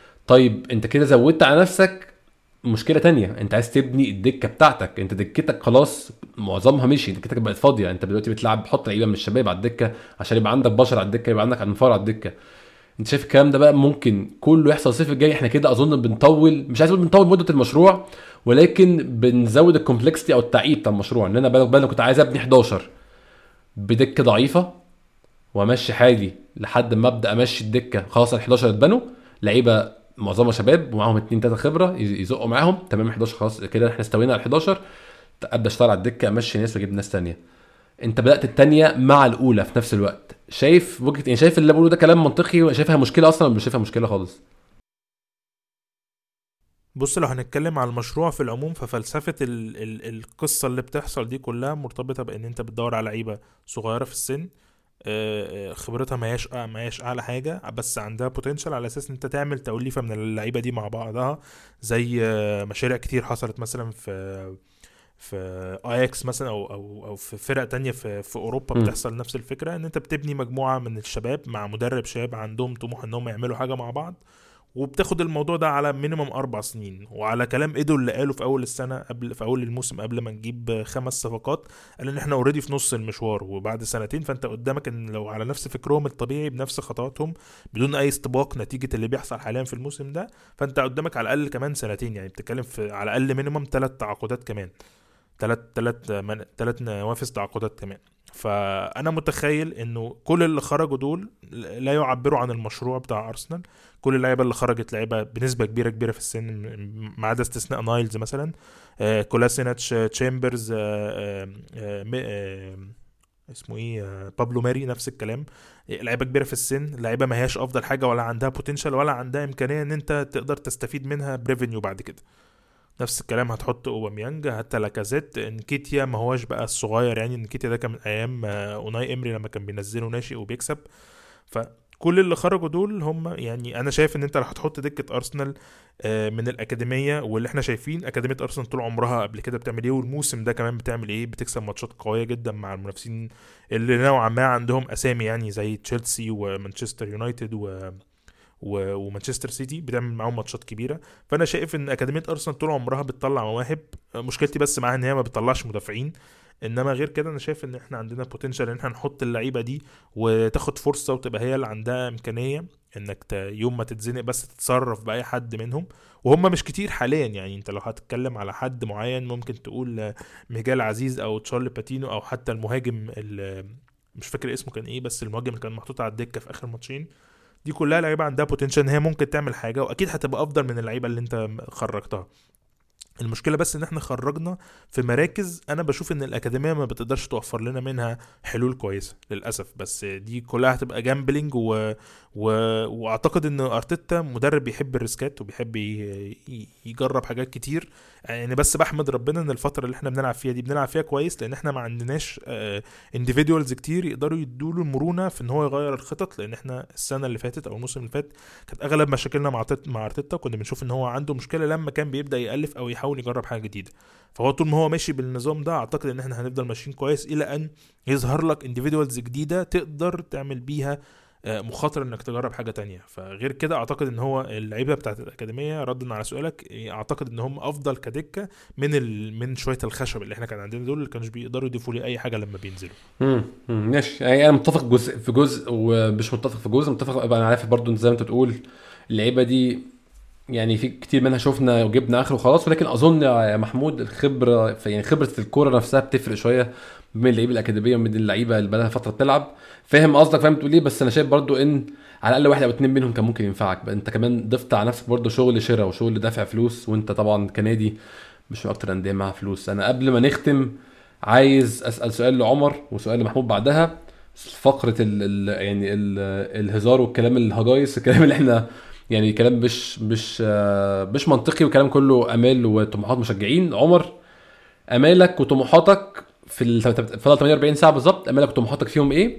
طيب انت كده زودت على نفسك مشكله تانية، انت عايز تبني الدكه بتاعتك. انت دكتك خلاص معظمها مشي، دكتك بقت فاضيه. انت دلوقتي بتلعب بحط لعيبه من الشباب على الدكه عشان يبقى عندك بشر على الدكه، يبقى عندك انفار على الدكه. انت شايف الكلام ده بقى ممكن كله يحصل الصيف الجاي؟ احنا كده اظن بنطول، مش عايز اقول بنطول مده المشروع، ولكن بنزود الكومبلكسيتي او التعقيد بتاع المشروع. ان انا بالك بالك كنت عايز ابني حداشر بدكه ضعيفه وامشي حالي لحد ما ابدا امشي الدكه، خلاص ال حداشر اتبنوا، لعيبه معظمها شباب ومعاهم اتنين تلاته خبره يزقوا معاهم، تمام حداشر خلاص كده احنا استوينا على حداشر، ابدا اشتغل على الدكه، امشي ناس واجيب ناس تانية. انت بدات التانية مع الاولى في نفس الوقت. شايف وجهه يعني شايف اللي بقوله ده كلام منطقي وشايفها مشكله اصلا ولا مش شايفها مشكله خالص؟ بص، لو هنتكلم على المشروع في العموم، ففلسفة ال ال القصة اللي بتحصل دي كلها مرتبطة بان انت بتدور على لعيبة صغيرة في السن، آه، آه، خبرتها ما هياش ما هياش اعلى حاجه، بس عندها بوتنشال، على اساس ان انت تعمل توليفه من اللعيبه دي مع بعضها. زي آه، مشاريع كتير حصلت مثلا في في اياكس مثلا، او او او في فرق تانية في في اوروبا امم بتحصل نفس الفكره، ان انت بتبني مجموعه من الشباب مع مدرب شاب عندهم طموح انهم يعملوا حاجه مع بعض، وبتاخد الموضوع ده على مينيمم اربع سنين. وعلى كلام ايدو اللي قاله في اول السنه، قبل في اول الموسم قبل ما نجيب خمس صفقات، قال ان احنا اوريدي في نص المشوار وبعد سنتين، فانت قدامك ان لو على نفس فكرهم الطبيعي بنفس خطواتهم بدون اي استباق نتيجه اللي بيحصل حاليا في الموسم ده، فانت قدامك على الاقل كمان سنتين. يعني بتتكلم في على الاقل مينيمم ثلاث تعاقدات كمان، ثلاث ثلاث ثلاث نوافذ تعاقدات كمان. فانا متخيل انه كل اللي خرجوا دول لا يعبروا عن المشروع بتاع ارسنال. كل اللعيبه اللي خرجت لعيبه بنسبه كبيره كبيره في السن، ما عدا استثناء نايلز مثلا، آه كولاسيناتش، آه تشامبرز، آه آه آه آه اسمه ايه، آه بابلو ماري، نفس الكلام. لعيبه كبيره في السن، لعيبه ما هياش افضل حاجه ولا عندها بوتنشال ولا عندها امكانيه ان انت تقدر تستفيد منها بريفينيو بعد كده. نفس الكلام هتحط اوباميانج، حتى لاكازيت، انكيتيا ما هواش بقى الصغير، يعني انكيتيا ده كان من ايام آه، اوناي امري لما كان بينزله ناشئ وبيكسب. فكل اللي خرجوا دول هم، يعني انا شايف ان انت لو هتحط دكه ارسنال آه، من الاكاديميه، واللي احنا شايفين اكاديميه ارسنال طول عمرها قبل كده بتعمل ايه، والموسم ده كمان بتعمل ايه، بتكسب ماتشات قويه جدا مع المنافسين اللي نوعا ما عندهم اسامي، يعني زي تشيلسي ومانشستر يونايتد و و- ومانشستر سيتي بتعمل معاهم ماتشات كبيره. فانا شايف ان اكاديميه ارسنال طول عمرها بتطلع مواهب. مشكلتي بس معاها ان هي ما بتطلعش مدافعين، انما غير كده انا شايف ان احنا عندنا بوتنشال ان احنا نحط اللعيبه دي وتاخد فرصه، وتبقى هي اللي عندها امكانيه انك ت... يوم ما تتزنق بس تتصرف باي حد منهم. وهم مش كتير حاليا، يعني انت لو هتتكلم على حد معين ممكن تقول آه، ميجال عزيز او تشارلي باتينو، او حتى المهاجم ال... مش فاكر اسمه كان ايه، بس المهاجم اللي كان محطوط على الدكه في اخر ماتشين. دي كلها لعيبه عندها بوتنشال ان هي ممكن تعمل حاجه، واكيد هتبقى افضل من اللعيبه اللي انت خرجتها. المشكله بس ان احنا خرجنا في مراكز انا بشوف ان الاكاديميه ما بتقدرش توفر لنا منها حلول كويسه للاسف، بس دي كلها هتبقى جامبلينج و... و... واعتقد ان ارتيتا مدرب بيحب الريسكات وبيحب ي... ي- يجرب حاجات كتير. يعني بس بحمد ربنا ان الفتره اللي احنا بنلعب فيها دي بنلعب فيها كويس، لان احنا ما عندناش انديفيدوالز كتير يقدروا يدوا له المرونه في ان هو يغير الخطط. لان احنا السنه اللي فاتت او الموسم اللي فات كانت اغلب مشاكلنا مع تت... مع ارتيتا، كنا بنشوف ان هو عنده مشكله لما كان بيبدا يالف او يحاول يجرب حاجه جديده. فهو طول ما هو ماشي بالنظام ده اعتقد ان احنا هنفضل ماشيين كويس الى ان يظهر لك انديفيدوالز جديده تقدر تعمل بيها آه، مخاطر انك تجرب حاجه تانية. فغير كده اعتقد ان هو اللعيبه بتاعت الاكاديميه، ردا على سؤالك، إيه، اعتقد ان هم افضل كدكه من ال... من شويه الخشب اللي احنا كان عندنا دول، اللي كانوش بيقدروا يضيفوا لي اي حاجه لما بينزلوا. امم أمم، ماشي. يعني انا متفق جزء في جزء ومش متفق في جزء. متفق ابقى انا عارف برضو إن زي ما انت بتقول اللعيبه دي يعني في كتير منها شفنا وجبنا اخر وخلاص، ولكن اظن يا محمود الخبره في يعني خبره الكوره نفسها بتفرق شويه بين اللعيبه الاكاديميه وبين اللعيبه اللي بقالها فتره بتلعب. فاهم قصدك، فاهم بتقول ايه، بس انا شايف برضو ان على الاقل واحد او اتنين منهم كان ممكن ينفعك بقى. انت كمان ضفت على نفسك برضو شغل شراء وشغل دافع فلوس، وانت طبعا كنادي مش من اكتر الانديه معاها فلوس. انا قبل ما نختم عايز اسال سؤال لعمر وسؤال لمحمود بعدها، فقره ال ال يعني ال الهزار والكلام الهجايس، الكلام اللي احنا يعني كلام مش مش آه، مش منطقي، وكلام كله امال وطموحات مشجعين. عمر، امالك وطموحاتك في ال- فضل ثمانية وأربعين ساعه بالظبط، امالك وطموحاتك فيهم ايه،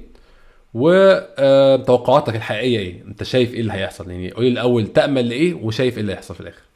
وتوقعاتك الحقيقيه ايه؟ انت شايف ايه اللي هيحصل؟ يعني قولي الاول تامل لايه وشايف ايه اللي هيحصل في الاخر.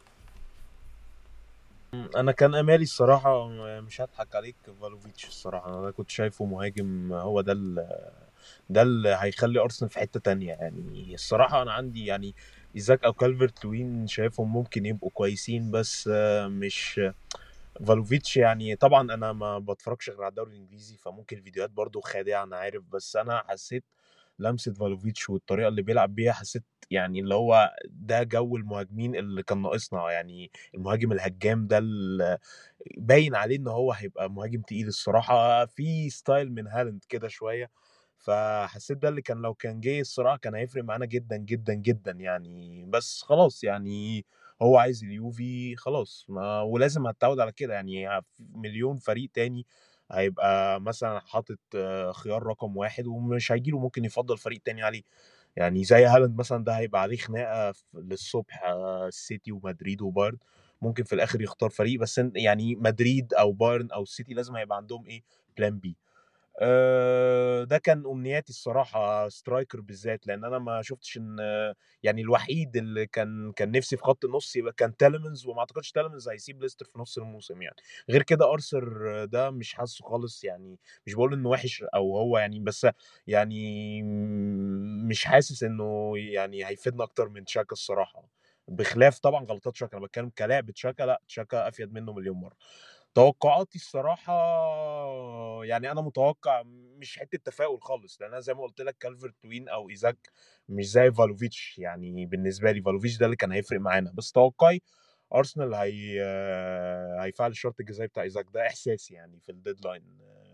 انا كان امالي الصراحه، مش هضحك عليك، فالوفيتش الصراحه انا كنت شايفه مهاجم، هو ده ال- ده اللي هيخلي ارسنال في حته تانية. يعني الصراحه انا عندي يعني ايزاك او كالفرت لوين شايفهم ممكن يبقوا كويسين، بس آه، مش فالوفيتش. يعني طبعا انا ما بتفرجش غير على الدوري الانجليزي، فممكن الفيديوهات برضو خادعه انا عارف، بس انا حسيت لمسه فالوفيتش والطريقه اللي بيلعب بيها، حسيت يعني اللي هو ده جو المهاجمين اللي كان ناقصنا. يعني المهاجم الهجام ده اللي باين عليه ان هو هيبقى مهاجم تقيل الصراحه، في ستايل من هالاند كده شويه. فحسيت ده اللي كان لو كان جاي الصراحه كان هيفرق معانا جدا جدا جدا يعني. بس خلاص يعني هو عايز اليوفي خلاص، ما ولازم هتعود على كده. يعني في مليون فريق تاني هيبقى مثلا حاطط آه، خيار رقم واحد ومش هيجيله، ممكن يفضل فريق تاني عليه. يعني زي هالاند مثلا، ده هيبقى عليه خناقة ف- للصبح، آه، السيتي ومدريد وبايرن. ممكن في الاخر يختار فريق، بس إن- يعني مدريد او بايرن او السيتي لازم هيبقى عندهم ايه، بلان بي. آه، ده كان امنياتي الصراحه، سترايكر بالذات، لان انا ما شفتش ان آه، يعني الوحيد اللي كان كان نفسي في خط النص يبقى كان تيلمنز، وما اعتقدش تيلمنز هيسيب ليستر في نص الموسم يعني. غير كده ارثر آه، ده مش حاسه خالص يعني. مش بقول انه وحش او هو يعني، بس يعني م- مش حاسس انه يعني هيفيدنا اكتر من تشاكا الصراحه. بخلاف طبعا غلطات شاكا، انا بتكلم كلاعب تشاكا، لا تشاكا افيد منه مليون مره. توقعاتي الصراحة، يعني أنا متوقع مش حتة تفاؤل خالص، لأن أنا زي ما قلت لك كالفرت توين أو إيزاك مش زي فالوفيتش. يعني بالنسبة لي فالوفيتش ده اللي كان هيفرق معانا، بس توقعي أرسنال هي هيفعل الشرط الجزائي بتاع إيزاك ده، إحساسي يعني في الديدلاين.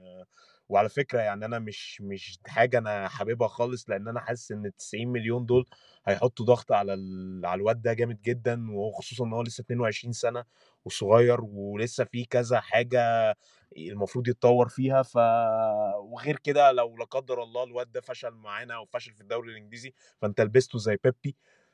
وعلى فكرة يعني أنا مش مش حاجة أنا حاببها خالص، لأن أنا حاسس إن تسعين مليون دول هيحطوا ضغط على ال... على الواد ده جامد جدا، وخصوصا إن هو لسه اتنين وعشرين سنة وصغير، ولسه في كذا حاجة المفروض يتطور فيها. ف وغير كده لو لا قدر الله الواد ده فشل معانا او فشل في الدوري الانجليزي، فانت لبسته زي بيبي.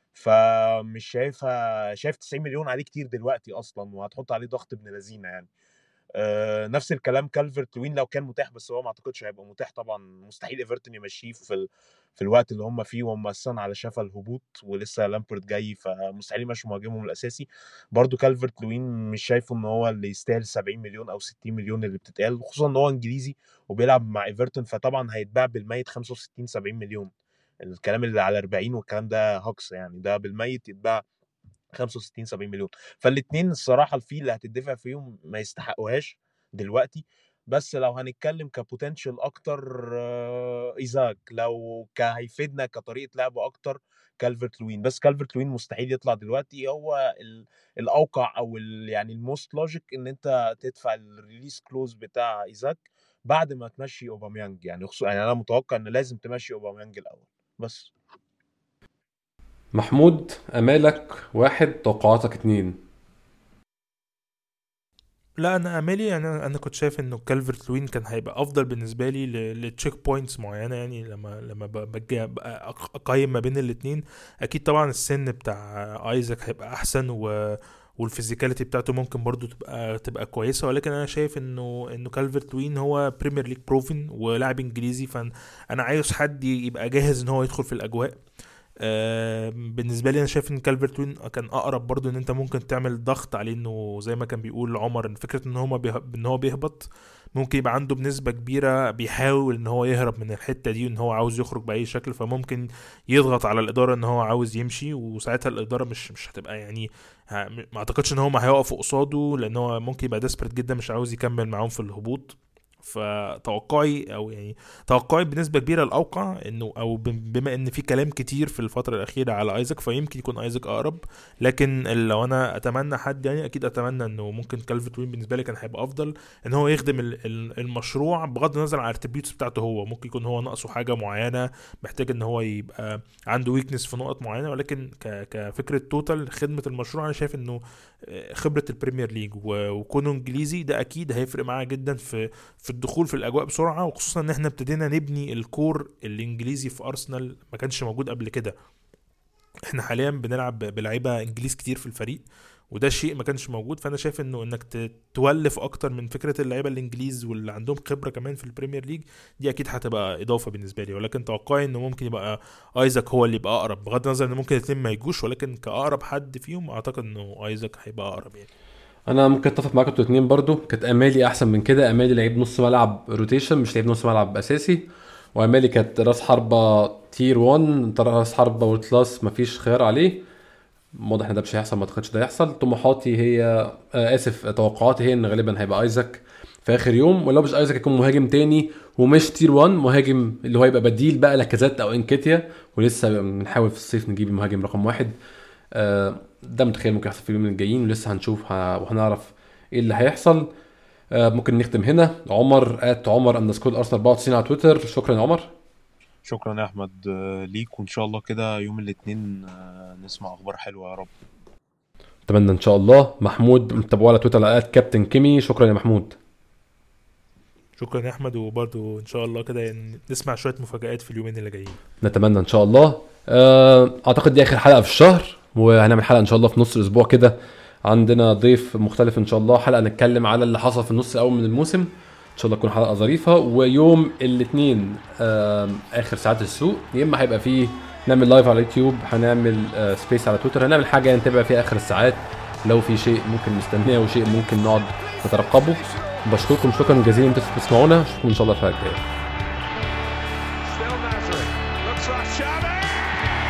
فمش شايفها، شايف تسعين مليون عليه كتير دلوقتي اصلا، وهتحط عليه ضغط ابن لذينه يعني. آه، نفس الكلام كالفرت لوين لو كان متاح، بس هو ما اعتقدش هيبقى متاح طبعا. مستحيل ايفرتون يمشيه في ال... في الوقت اللي هم فيه، وهم اصلا على شفا الهبوط، ولسه لامبرد جاي، فمستحيل يمشوا مهاجمهم الاساسي. برضو كالفرت لوين مش شايفه ان هو اللي يستاهل سبعين مليون او ستين مليون اللي بتتقال، خصوصا ان هو انجليزي وبيلعب مع ايفرتون، فطبعا هيتباع بالميت خمسة وستين سبعين مليون. الكلام اللي على أربعين والكلام ده هوكس يعني، ده بالميت يتباع خمسة وستين سبعين مليون. فالاثنين الصراحه الفي اللي هتدفع فيهم ما يستحقوهاش دلوقتي. بس لو هنتكلم كبوتنشال اكتر، آه، ايزاك لو هيفيدنا كطريقه لعبه اكتر كالفرت لوين. بس كالفرت لوين مستحيل يطلع دلوقتي. هو ال- الاوقع او ال يعني الموست لوجيك ان انت تدفع الريليس كلوز بتاع ايزاك بعد ما تمشي اوباميانج يعني. خصوصا يعني انا متوقع ان لازم تمشي اوباميانج الاول بس. محمود، امالك واحد، توقعاتك اتنين. لا انا امالي يعني انا أنا كنت شايف انه كالفرت لوين كان هيبقى افضل بالنسبه لي لتشيك بوينتس معينه، يعني لما لما ب- باجي أبقى أق- اقيم ما بين الاثنين. اكيد طبعا السن بتاع ايزاك هيبقى احسن، و والفيزيكاليتي بتاعته ممكن برضو تبقى تبقى كويسه، ولكن انا شايف انه انه كالفرت لوين هو بريمير ليج بروفن ولاعب انجليزي، فانا عايز حد يبقى جاهز ان هو يدخل في الاجواء. آه، بالنسبه لي انا شايف ان كالفرت وين كان اقرب برضو، ان انت ممكن تعمل ضغط عليه، انه زي ما كان بيقول عمر ان فكره ان هو بيه... ان هو بيهبط ممكن يبقى عنده بنسبه كبيره بيحاول ان هو يهرب من الحته دي، وان هو عاوز يخرج باي شكل، فممكن يضغط على الاداره ان هو عاوز يمشي، وساعتها الاداره مش مش هتبقى يعني ه- ما اعتقدش ان هم هيقفوا قصاده، لان هو ممكن يبقى ديسبريت جدا مش عاوز يكمل معاهم في الهبوط. فتوقعي او يعني توقعي بنسبه كبيره الاوقع انه او بم- بما ان في كلام كتير في الفتره الاخيره على ايزاك، فيمكن يكون ايزاك اقرب. لكن لو انا اتمنى حد، يعني اكيد اتمنى انه ممكن كالفيت وين بالنسبه لي كان هيبقى افضل، ان هو يخدم ال- ال- المشروع بغض النظر عن الاتريبيوتس بتاعته. هو ممكن يكون هو ناقصه حاجه معينه، محتاج ان هو يبقى عنده ويكنس في نقط معينه، ولكن ك كفكره توتال خدمه المشروع انا شايف انه خبره البريمير ليج و- وكونه انجليزي ده اكيد هيفرق معاه جدا في في الدخول في الاجواء بسرعه، وخصوصا ان احنا ابتدينا نبني الكور الانجليزي في ارسنال ما كانش موجود قبل كده. احنا حاليا بنلعب بلعيبه انجليز كتير في الفريق، وده شيء ما كانش موجود. فانا شايف انه انك ت- تولف اكتر من فكره اللعيبه الانجليز واللي عندهم خبره كمان في البريمير ليج، دي اكيد هتبقى اضافه بالنسبه لي. ولكن توقعي انه ممكن يبقى ايزاك هو اللي يبقى اقرب، بغض النظر ان ممكن الاثنين ما يجوش، ولكن كاقرب حد فيهم اعتقد انه ايزاك هيبقى اقرب يعني. انا ممكن اتفق معاكم انتوا اتنين برضو. كانت امالي احسن من كده. امالي لعيب نص ملعب روتيشن، مش لعيب نص ملعب اساسي. وامالي كانت راس حربة تير واحد، راس حربة وورد كلاس، مفيش خيار عليه. واضح ان ده مش هيحصل، ما اعتقدش ده يحصل. طموحاتي هي آه اسف توقعاتي هي ان غالبا هيبقى ايزاك في اخر يوم، ولو مش ايزاك يكون مهاجم تاني ومش تير واحد، مهاجم اللي هو يبقى بديل بقى لاكازات او انكيتيا. ولسه بنحاول في الصيف نجيب مهاجم رقم واحد. آه ده متخيل ممكن يحصل في اليومين الجايين، ولسه هنشوف ه- وهنعرف ايه اللي هيحصل. آه ممكن نختم هنا. عمر ات عمر اندرسكول ارسنال أربعة وتسعين على تويتر. شكرا يا عمر. شكرا يا احمد، آه، ليك، وان شاء الله كده يوم الاثنين نسمع اخبار حلوه يا رب. اتمنى ان شاء الله. محمود، تابعوه على تويتر على كابتن كيمي. شكرا يا محمود. شكرا يا احمد، وبرضه ان شاء الله كده يعني نسمع شويه مفاجآت في اليومين اللي جايين. نتمنى ان شاء الله. اعتقد دي اخر حلقه في الشهر، وهنعمل حلقه ان شاء الله في نص الاسبوع كده، عندنا ضيف مختلف ان شاء الله، حلقه نتكلم على اللي حصل في النص الاول من الموسم، ان شاء الله تكون حلقه ظريفه. ويوم الاثنين اخر ساعات السوق، يا اما هيبقى فيه نعمل لايف على اليوتيوب، هنعمل سبيس على تويتر، هنعمل حاجه نتابع فيها اخر الساعات لو في شيء ممكن نستناه وشيء ممكن نقعد نترقبه. بشكركم شكرا جزيلا انتوا بتسمعونا، اشوفكم ان شاء الله الحلقه الجايه.